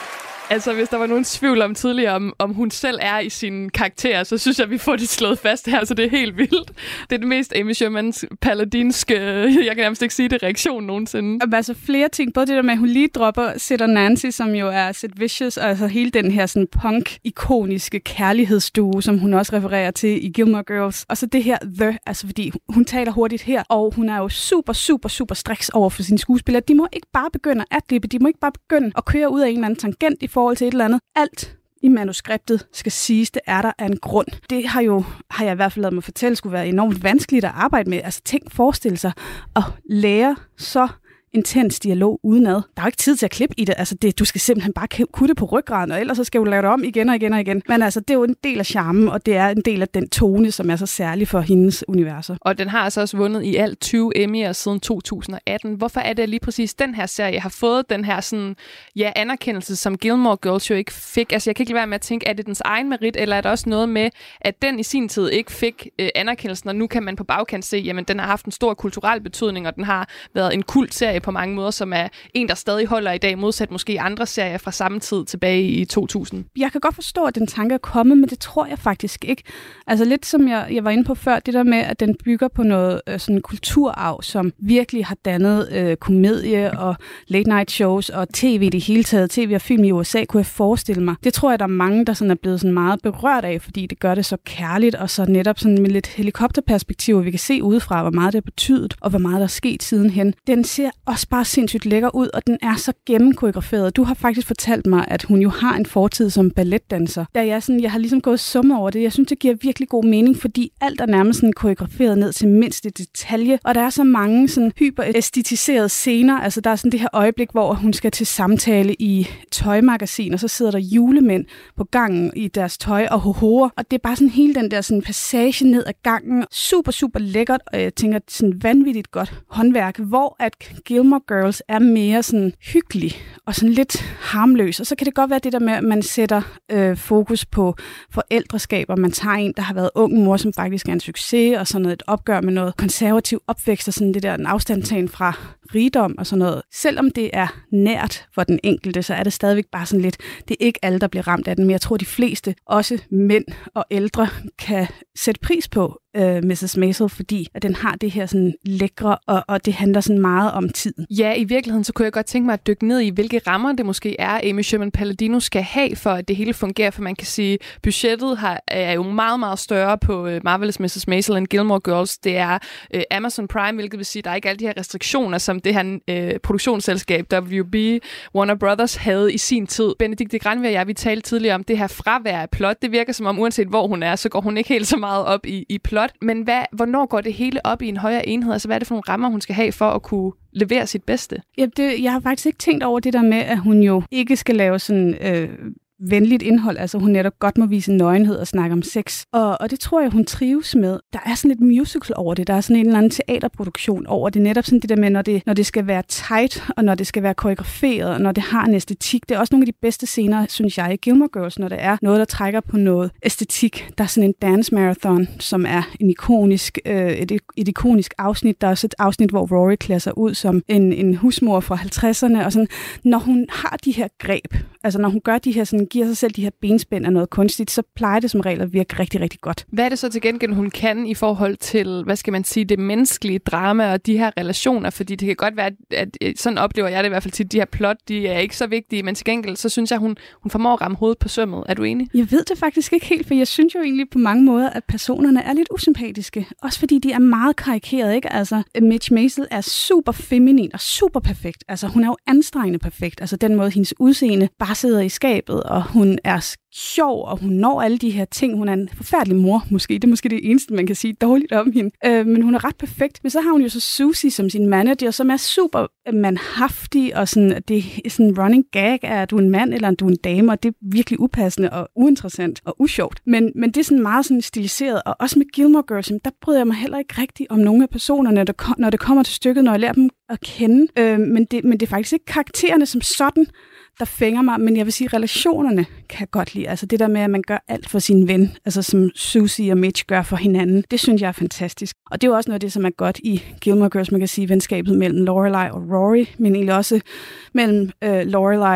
Altså, hvis der var nogen tvivl om tidligere, om hun selv er i sin karakter, så synes jeg, vi får det slået fast her, så det er helt vildt. Det er det mest Amy Shermans paladinske, jeg kan nærmest ikke sige det, reaktion nogensinde. Altså flere ting, både det der med, at hun lige dropper Sid og Nancy, som jo er Sid Vicious, og altså hele den her sådan punk-ikoniske kærlighedsduo, som hun også refererer til i Gilmore Girls. Og så det her The, altså fordi hun taler hurtigt her, og hun er jo super striks over for sine skuespillere. De må ikke bare begynde at adlippe, de må ikke bare begynde at køre ud af en eller anden tangent i forhold til et eller andet. Alt i manuskriptet skal siges, det er der af en grund. Det har jeg i hvert fald lavet mig fortælle, skulle være enormt vanskeligt at arbejde med. Altså tænk, forestille sig at lære så intens dialog udenad. Der er jo ikke tid til at klippe i det. Altså du skal simpelthen bare kunne det på ryggraden, og ellers så skal du lave det om igen og igen og igen. Men altså, det er jo en del af charmen, og det er en del af den tone, som er så særlig for hendes universer. Og den har altså også vundet i alt 20 Emmy'er siden 2018. Hvorfor er det lige præcis den her serie har fået den her sådan, anerkendelse, som Gilmore Girls jo ikke fik? Altså, jeg kan ikke lade være med at tænke, er det dens egen merit, eller er der også noget med, at den i sin tid ikke fik anerkendelsen, og nu kan man på bagkant se, jamen den har haft en stor kulturel betydning, og den har været en kultserie på mange måder, som er en, der stadig holder i dag, modsat måske andre serier fra samme tid tilbage i 2000. Jeg kan godt forstå, at den tanke er kommet, men det tror jeg faktisk ikke. Altså lidt som jeg var inde på før, det der med, at den bygger på noget sådan kulturarv, som virkelig har dannet komedie og late night shows og tv i det hele taget, tv og film i USA, kunne jeg forestille mig. Det tror jeg, der er mange, der sådan er blevet sådan meget berørt af, fordi det gør det så kærligt, og så netop sådan med lidt helikopterperspektiv, vi kan se udefra, hvor meget det har betydet, og hvor meget der er sket sidenhen. Den ser også bare sindssygt lækker ud, og den er så gennemkoreograferet. Du har faktisk fortalt mig, at hun jo har en fortid som balletdanser. Jeg har ligesom gået summe over det. Jeg synes, det giver virkelig god mening, fordi alt er nærmest sådan koreograferet ned til mindste detalje, og der er så mange sådan hyperæstetiserede scener. Altså der er sådan det her øjeblik, hvor hun skal til samtale i tøjmagasin, og så sidder der julemænd på gangen i deres tøj og hohoer, og det er bare sådan hele den der sådan passage ned ad gangen. Super lækkert, og jeg tænker sådan vanvittigt godt håndværk, hvor at Gilmore Girls er mere sådan hyggelig og sådan lidt harmløs. Og så kan det godt være det der med, at man sætter fokus på forældreskab, og man tager en, der har været ung mor, som faktisk er en succes, og sådan noget, et opgør med noget konservativ opvækst, og sådan det der en afstandtagen fra rigdom og sådan noget. Selvom det er nært for den enkelte, så er det stadigvæk bare sådan lidt, det er ikke alle, der bliver ramt af den, men jeg tror, de fleste, også mænd og ældre, kan sætte pris på Mrs. Maisel, fordi at den har det her sådan lækre, og det handler sådan meget om tiden. Ja, i virkeligheden, så kunne jeg godt tænke mig at dykke ned i, hvilke rammer det måske er, Amy Sherman Palladino skal have, for at det hele fungerer, for man kan sige, budgettet er jo meget, meget større på Marvelous Mrs. Maisel end Gilmore Girls. Det er Amazon Prime, hvilket vil sige, at der er ikke alle de her restriktioner, som det her produktionsselskab WB Warner Brothers havde i sin tid. Benedikte Granvi og jeg, vi talte tidligere om det her fravær af plot. Det virker som om, uanset hvor hun er, så går hun ikke helt så meget op i plot. Men hvornår går det hele op i en højere enhed? Altså, hvad er det for nogle rammer, hun skal have for at kunne levere sit bedste? Ja, jeg har faktisk ikke tænkt over det der med, at hun jo ikke skal lave sådan venligt indhold, altså hun netop godt må vise nøgenhed og snakke om sex. Og det tror jeg, hun trives med. Der er sådan et musical over det. Der er sådan en eller anden teaterproduktion over det. Netop sådan det der med, når det skal være tight, og når det skal være koreograferet, og når det har en æstetik. Det er også nogle af de bedste scener, synes jeg, i Gilmore Girls, når det er noget, der trækker på noget æstetik. Der er sådan en dance marathon, som er en ikonisk, et ikonisk afsnit. Der er også et afsnit, hvor Rory klæder sig ud som en husmor fra 50'erne, og sådan, når hun har de her greb, altså når hun gør de her sådan, giver sig selv de her benspænd af noget kunstigt, så plejer det som regel at virke rigtig, rigtig godt. Hvad er det så til gengæld, hun kan i forhold til, hvad skal man sige, det menneskelige drama og de her relationer? Fordi det kan godt være, at sådan oplever jeg det i hvert fald til, de her plot, de er ikke så vigtige, men til gengæld, så synes jeg, hun formår at ramme hovedet på sømmet. Er du enig? Jeg ved det faktisk ikke helt, for jeg synes jo egentlig på mange måder, at personerne er lidt usympatiske. Også fordi de er meget karikerede, ikke? Altså, Mitch Maisel er super feminin og super perfekt. Altså, hun er jo anstrengende perfekt. Altså, den måde, hendes udseende bare sidder i skabet, og hun er sjov, og hun når alle de her ting. Hun er en forfærdelig mor, måske. Det er måske det eneste, man kan sige dårligt om hende. Men hun er ret perfekt. Men så har hun jo så Susie som sin manager, som er super mandhaftig, og sådan, det er sådan en running gag, er du en mand eller du en dame, og det er virkelig upassende og uinteressant og usjovt. Men det er sådan meget sådan stiliseret, og også med Gilmore Girls, der bryder jeg mig heller ikke rigtigt om nogle af personerne, når det kommer til stykket, når jeg lærer dem at kende. Men det er faktisk ikke karaktererne som sådan, der fænger mig, men jeg vil sige, relationerne kan jeg godt lide. Altså det der med, at man gør alt for sin ven, altså som Susie og Mitch gør for hinanden, det synes jeg er fantastisk. Og det er jo også noget af det, som er godt i Gilmore Girls, man kan sige, venskabet mellem Lorelai og Rory, men egentlig også mellem Lorelai og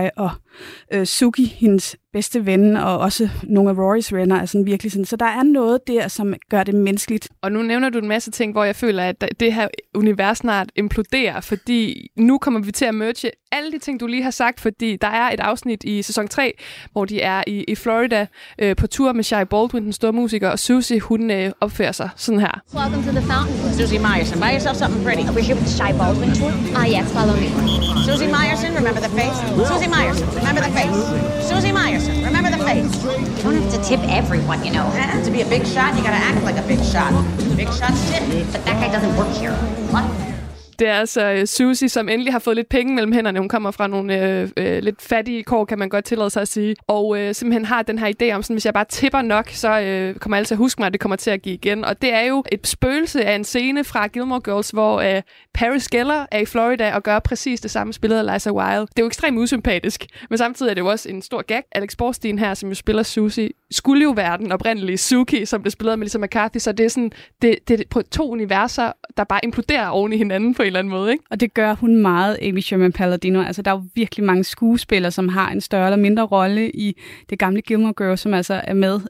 Suki, hendes bedste ven, og også nogle af Rorys venner, er sådan virkelig sådan. Så der er noget der, som gør det menneskeligt. Og nu nævner du en masse ting, hvor jeg føler, at det her univers snart imploderer, fordi nu kommer vi til at merge alle de ting, du lige har sagt, fordi der er et afsnit i sæson 3, hvor de er i Florida på tur med Shai Baldwin, den store musiker, og Susie, hun opfører sig sådan her. Welcome to the fountain. Susie Meyerson, buy yourself something pretty. We're here with the Shai Baldwin tour? Yes, follow me. Susie Meyerson, remember the face? Susie Meyerson, remember the face? Susie Meyerson, remember the face? You don't have to tip everyone, you know. To be a big shot, you gotta act like a big shot. Big shots tip. But that guy doesn't work here. What? Det er altså Susie, som endelig har fået lidt penge mellem hænderne. Hun kommer fra nogle lidt fattige kår, kan man godt tillade sig at sige. Og simpelthen har den her idé om, sådan, hvis jeg bare tipper nok, så kommer alle til at huske mig, at det kommer til at give igen. Og det er jo et spøgelse af en scene fra Gilmore Girls, hvor Paris Geller er i Florida og gør præcis det samme, spillet af Liza Wilde. Det er jo ekstremt usympatisk, men samtidig er det jo også en stor gag. Alex Borstein her, som jo spiller Susie, skulle jo være den oprindelige Suki, som blev spillet af Melissa McCarthy, så det er sådan, det er på 2 universer, der bare imploderer oven i hinanden på en eller anden måde, ikke? Og det gør hun meget, Amy Sherman-Palladino. Altså, der er jo virkelig mange skuespillere, som har en større eller mindre rolle i det gamle Gilmore Girls, som altså er med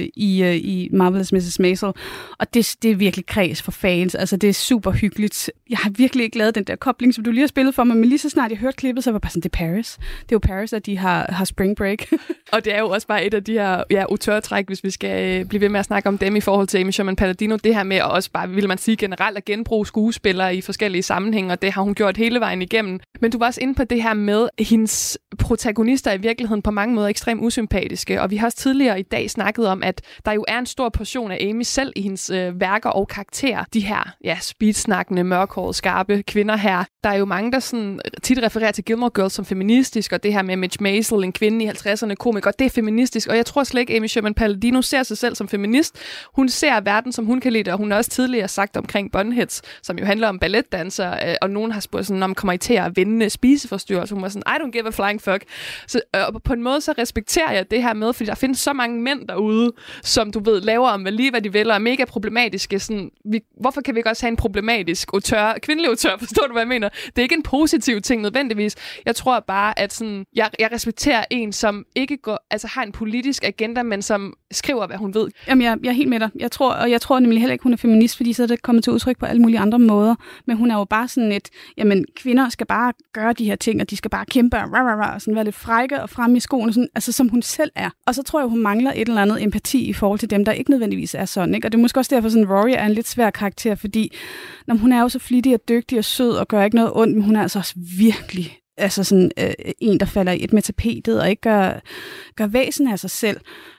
i Marvelous Mrs. Maisel. Og det er virkelig kreds for fans. Altså, det er super hyggeligt. Jeg har virkelig ikke lavet den der kobling, som du lige har spillet for mig, men lige så snart jeg hørte klippet, så var jeg bare sådan, det er Paris. Det er jo Paris, at de har spring break. Og det er jo også bare et af de her autørtræk, hvis vi skal blive ved med at snakke om dem i forhold til Amy Sherman-Palladino. Det her med at også bare, vil man sige generelt, at genbruge skuespillere i forskellige sammenhænge, og det har hun gjort hele vejen igennem. Men du var også inde på det her med, hendes protagonister i virkeligheden på mange måder ekstremt usympatiske, og vi har også tidligere i dag snakket om, at der jo er en stor portion af Amy selv i hendes værker og karakterer. De her, speedsnakkende, mørkhårede, skarpe kvinder her. Der er jo mange, der sådan tit refererer til Gilmore Girls som feministisk, og det her med Midge Maisel, en kvinde i 50'erne, komiker, det er feministisk, og jeg tror slet ikke, Amy Sherman-Palladino ser sig selv som feminist. Hun ser verden, som hun kan lide, og hun har også tidligere sagt omkring Bunheads, som jo handler om balletdansere, og nogen har spurgt sådan, om kommer I til at vinde spiseforstyrrelse? Hun var sådan, I don't give a flying fuck. Så på en måde så respekterer jeg det her med, fordi der findes så mange mænd derude, som du ved, laver om lige hvad de vil, og er mega problematiske. Sådan, hvorfor kan vi ikke også have en problematisk kvindelig autør? Forstår du, hvad jeg mener? Det er ikke en positiv ting nødvendigvis. Jeg tror bare, at sådan, jeg respekterer en, som ikke har en politisk agenda, men som skriver, hvad hun ved. Jamen, jeg er helt med dig. Jeg tror nemlig heller ikke, hun er feminist, fordi så er det kommet til udtryk på alle mulige andre måder. Men hun er jo bare sådan jamen, kvinder skal bare gøre de her ting, og de skal bare kæmpe og sådan være lidt frække og fremme i skoene, sådan, altså som hun selv er. Og så tror jeg, hun mangler et eller andet empati i forhold til dem, der ikke nødvendigvis er sådan, ikke? Og det er måske også derfor, sådan Rory er en lidt svær karakter, fordi hun er jo så flittig og dygtig og sød og gør ikke noget ondt, men hun er altså også virkelig sådan en, der falder i et med tapetet og ikke gør væsen af sig selv.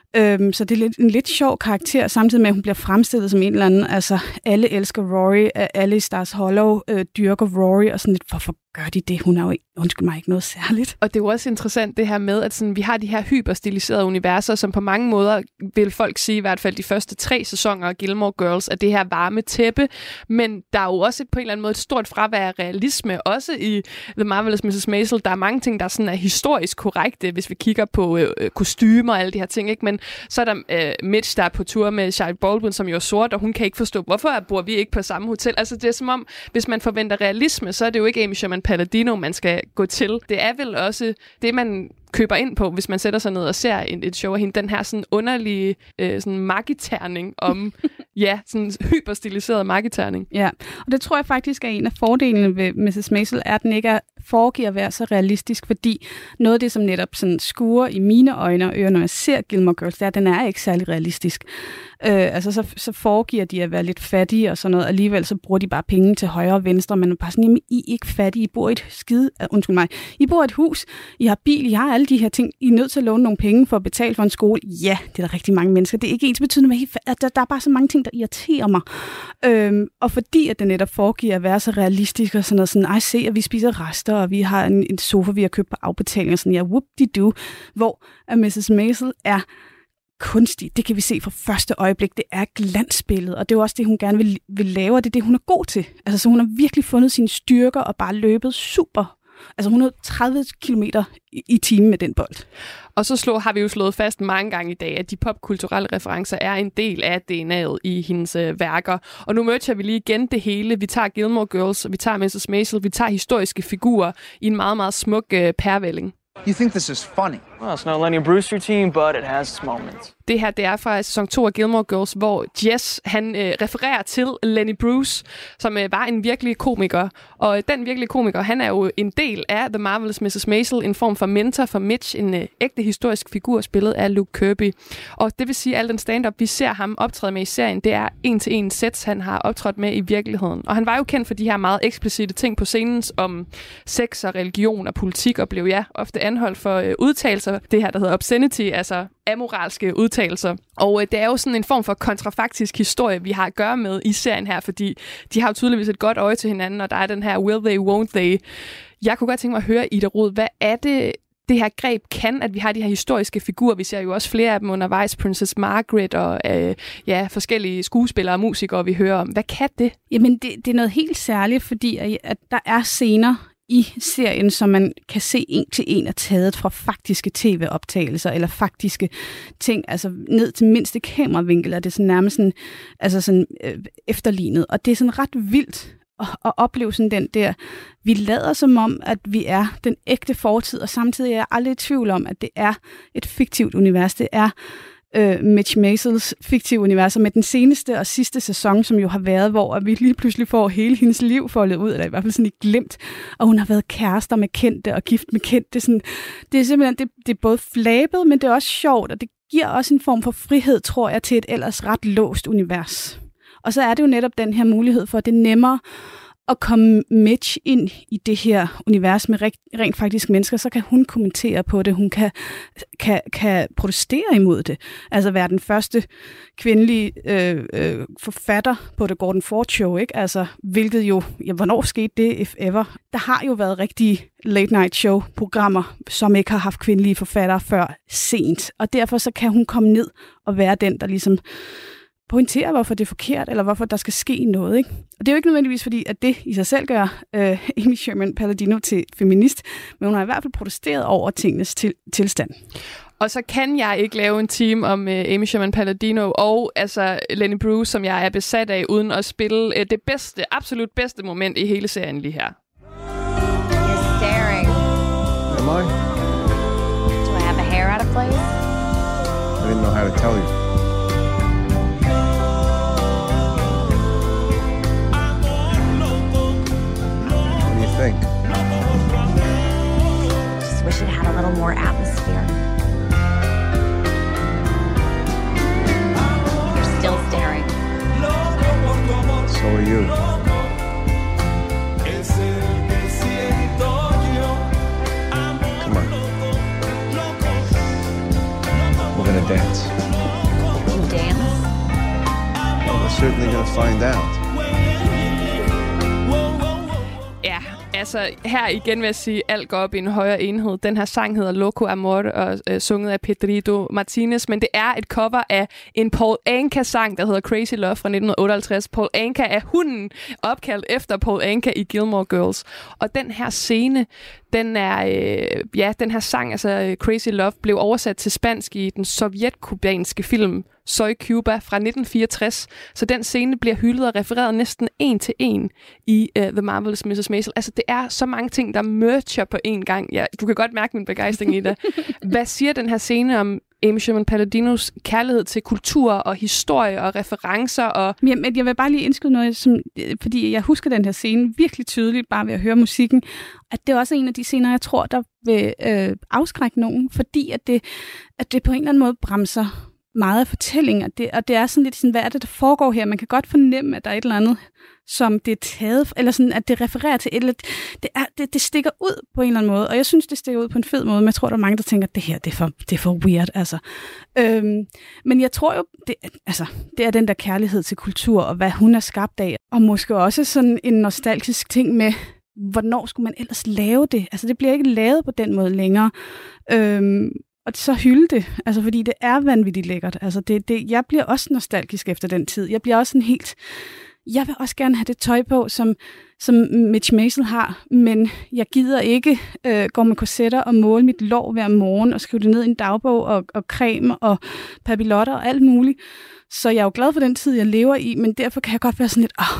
Så det er en lidt sjov karakter, samtidig med, at hun bliver fremstillet som en eller anden, altså alle elsker Rory, alle i Stars Hollow dyrker Rory, og sådan lidt, hvorfor gør de det? Hun er jo ikke noget særligt. Og det er jo også interessant det her med, at sådan, vi har de her hyperstiliserede universer, som på mange måder, vil folk sige, i hvert fald de første 3 sæsoner af Gilmore Girls, at det her varme tæppe, men der er jo også på en eller anden måde et stort fravær af realisme, også i The Marvelous Mrs. Maisel. Der er mange ting, der sådan er historisk korrekte, hvis vi kigger på kostymer og alle de her ting, ikke? Men så er der Midge, der er på tur med Shai Baldwin, som jo er sort, og hun kan ikke forstå, hvorfor bor vi ikke på samme hotel. Altså det er som om, hvis man forventer realisme, så er det jo ikke Amy Sherman-Palladino, man skal gå til. Det er vel også det, man køber ind på, hvis man sætter sig ned og ser et show af hende. Den her sådan underlige sådan magiterning om, sådan hyperstiliseret magiterning. Ja, og det tror jeg faktisk er en af fordelene ved Mrs. Maisel, er, at den ikke foregiver at være så realistisk, fordi noget af det, som netop sådan skuer i mine øjne og ører, når jeg ser Gilmore Girls, det er, at den er ikke særlig realistisk. Så foregiver de at være lidt fattige og sådan noget, alligevel så bruger de bare penge til højre og venstre, men bare sådan, jamen, I er ikke fattige, I bor i I bor i et hus, I har bil, I har alle de her ting, I er nødt til at låne nogle penge for at betale for en skole. Ja, det er der rigtig mange mennesker, det er ikke ens betydende med, at der er bare så mange ting, der irriterer mig. Og fordi at det netop foregiver at være så realistisk og sådan noget, sådan, se, at vi spiser rester, og vi har en sofa, vi har købt på afbetaling, og sådan, whoop-de-doo, hvor Mrs. Maisel er kunstig. Det kan vi se fra første øjeblik. Det er glansbillede, og det er jo også det, hun gerne vil lave, og det er det, hun er god til. Altså, så hun har virkelig fundet sine styrker og bare løbet super. Altså, hun er 30 kilometer i timen med den bold. Og så har vi jo slået fast mange gange i dag, at de popkulturelle referencer er en del af DNA'et i hendes værker. Og nu merger vi lige igen det hele. Vi tager Gilmore Girls, vi tager Mrs. Maisel, vi tager historiske figurer i en meget, meget smuk pærvælling. You think this is funny? Well, it's no Lenny Bruce routine, but it has its moments. Det her, det er fra sæson 2 af Gilmore Girls, hvor Jess, han refererer til Lenny Bruce, som var en virkelig komiker. Og den virkelige komiker, han er jo en del af The Marvelous Mrs. Maisel, en form for mentor for Mitch, en ægte historisk figur, spillet af Luke Kirby. Og det vil sige, at al den stand-up, vi ser ham optræde med i serien, det er en-til-en sets, han har optrådt med i virkeligheden. Og han var jo kendt for de her meget eksplicite ting på scenen om sex og religion og politik, og blev ofte anholdt for udtalelser. Det her, der hedder obscenity, altså amoralske udtalelser. Og det er jo sådan en form for kontrafaktisk historie, vi har at gøre med i serien her, fordi de har jo tydeligvis et godt øje til hinanden, og der er den her will they, won't they. Jeg kunne godt tænke mig at høre, Ida Rod, hvad er det her greb kan, at vi har de her historiske figurer. Vi ser jo også flere af dem undervejs, Princess Margaret og forskellige skuespillere og musikere, vi hører om. Hvad kan det? Jamen, det er noget helt særligt, fordi at der er scener i serien, som man kan se en til en er taget fra faktiske tv-optagelser, eller faktiske ting, altså ned til mindste kameravinkel, og det er sådan nærmest sådan, efterlignet. Og det er sådan ret vildt at opleve sådan den der, vi lader som om, at vi er den ægte fortid, og samtidig er jeg aldrig i tvivl om, at det er et fiktivt univers. Det er Mitch Maisels fiktive univers, med den seneste og sidste sæson, som jo har været, hvor vi lige pludselig får hele hendes liv foldet ud, eller i hvert fald sådan i glemt, og hun har været kærester med kendte og gift med kendte. Sådan, det er simpelthen, det er både flabet, men det er også sjovt, og det giver også en form for frihed, tror jeg, til et ellers ret låst univers. Og så er det jo netop den her mulighed for, at det er nemmere at komme Mitch ind i det her univers med rent faktisk mennesker, så kan hun kommentere på det, hun kan protestere imod det. Altså være den første kvindelige forfatter på The Gordon Ford Show, ikke? Altså, hvilket jo, hvornår skete det, if ever? Der har jo været rigtige late night show programmer, som ikke har haft kvindelige forfattere før sent. Og derfor så kan hun komme ned og være den, der ligesom pointere, hvorfor det er forkert, eller hvorfor der skal ske noget. Ikke? Og det er jo ikke nødvendigvis, fordi at det i sig selv gør Amy Sherman Palladino til feminist, men hun har i hvert fald protesteret over tingenes tilstand. Og så kan jeg ikke lave en time om Amy Sherman Palladino og altså Lenny Bruce, som jeg er besat af, uden at spille det bedste, absolut bedste moment i hele serien lige her. You're staring. Am I? Do I have a hair out of place? I didn't know how to tell you. Think. Just wish it had a little more atmosphere. You're still staring. So are you. Come on. We're gonna dance. Dance? Well, we're certainly gonna find out. Ja, altså her igen vil jeg sige, alt går op i en højere enhed. Den her sang hedder Loco Amor og sunget af Pedrito Martinez, men det er et cover af en Paul Anka-sang, der hedder Crazy Love fra 1958. Paul Anka er hunden, opkaldt efter Paul Anka i Gilmore Girls. Og den her scene, den her sang, altså Crazy Love, blev oversat til spansk i den sovjetkubanske film Soy Cuba fra 1964. Så den scene bliver hyldet og refereret næsten en til en i The Marvelous Mrs. Maisel. Altså, det er så mange ting, der merger på én gang. Ja, du kan godt mærke min begejstring i det. Hvad siger den her scene om Amy Sherman Palladinos kærlighed til kultur og historie og referencer? Og men jeg vil bare lige indskyde noget, fordi jeg husker den her scene virkelig tydeligt, bare ved at høre musikken, at det er også en af de scener, jeg tror, der vil afskrække nogen, fordi at det på en eller anden måde bremser meget af fortællingen, og det er sådan lidt sådan, hvad er det, der foregår her? Man kan godt fornemme, at der er et eller andet, som det er taget, eller sådan, at det refererer til et eller andet. Det stikker ud på en eller anden måde, og jeg synes, det stikker ud på en fed måde, men jeg tror, der er mange, der tænker, at det her, det er for weird, altså. Men jeg tror jo, det er den der kærlighed til kultur, og hvad hun er skabt af, og måske også sådan en nostalgisk ting med, hvornår skulle man ellers lave det? Altså, det bliver ikke lavet på den måde længere. Og så hylde det, altså fordi det er vanvittigt lækkert. Altså jeg bliver også nostalgisk efter den tid. Jeg bliver også sådan helt, jeg vil også gerne have det tøj på, som Mitch Maisel har, men jeg gider ikke gå med korsetter og måle mit lår hver morgen og skrive det ned i en dagbog og creme og papillotter og alt muligt. Så jeg er jo glad for den tid, jeg lever i, men derfor kan jeg godt være sådan lidt, det var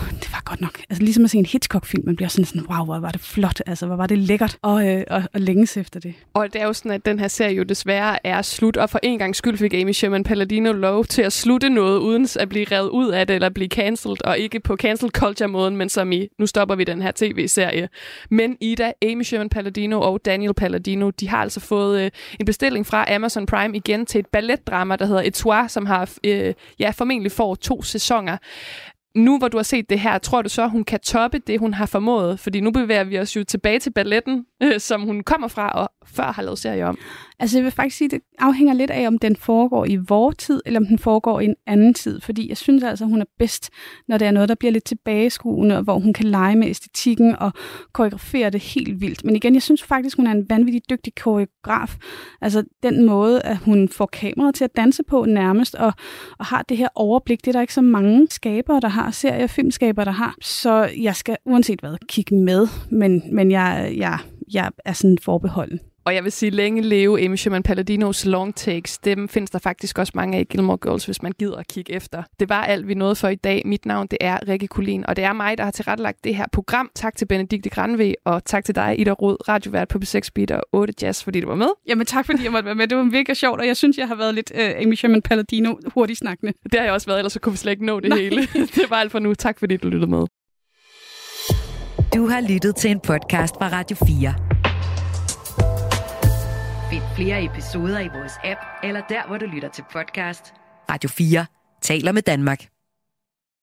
godt nok. Altså ligesom at se en Hitchcock-film, man bliver sådan, wow, hvor var det flot, altså hvor var det lækkert, og længes efter det. Og det er jo sådan, at den her serie jo desværre er slut, og for en gang skyld fik Amy Sherman Palladino lov til at slutte noget, uden at blive revet ud af det, eller blive cancelled, og ikke på cancel culture-måden, men som i, nu stopper vi den her tv-serie. Men Ida, Amy Sherman Palladino og Daniel Palladino, de har altså fået en bestilling fra Amazon Prime igen til et balletdrama, der hedder Etoile, som har formentlig får 2 sæsoner. Nu hvor du har set det her, tror du så, hun kan toppe det, hun har formået? Fordi nu bevæger vi os jo tilbage til balletten, som hun kommer fra og før har lavet serie om. Altså jeg vil faktisk sige, at det afhænger lidt af, om den foregår i vores tid, eller om den foregår i en anden tid. Fordi jeg synes altså, hun er bedst, når det er noget, der bliver lidt tilbageskuende, hvor hun kan lege med æstetikken og koreografere det helt vildt. Men igen, jeg synes faktisk, hun er en vanvittig dygtig koreograf. Altså den måde, at hun får kameraet til at danse på nærmest, og har det her overblik. Det er der ikke så mange skabere, der har, filmskabere, der har. Så jeg skal uanset hvad kigge med, men jeg er sådan forbeholden. Og jeg vil sige, længe leve Amy Sherman Palladinos long takes. Dem findes der faktisk også mange af i Gilmore Girls, hvis man gider at kigge efter. Det var alt, vi nåede for i dag. Mit navn, det er Rikke Kulin, og det er mig, der har tilrettelagt det her program. Tak til Benedikte Granve, og tak til dig, Ida Rod, radiovært på B6 Beat og 8 Jazz, fordi du var med. Jamen tak, fordi jeg måtte være med. Det var mega sjovt, og jeg synes, jeg har været lidt Amy Sherman Palladino hurtigt snakkende. Det har jeg også været, ellers så kunne vi slet ikke nå det hele. Det var alt for nu. Tak fordi du lyttede med. Du har lyttet til en podcast fra Radio 4. Find flere episoder i vores app, eller der, hvor du lytter til podcast. Radio 4 taler med Danmark.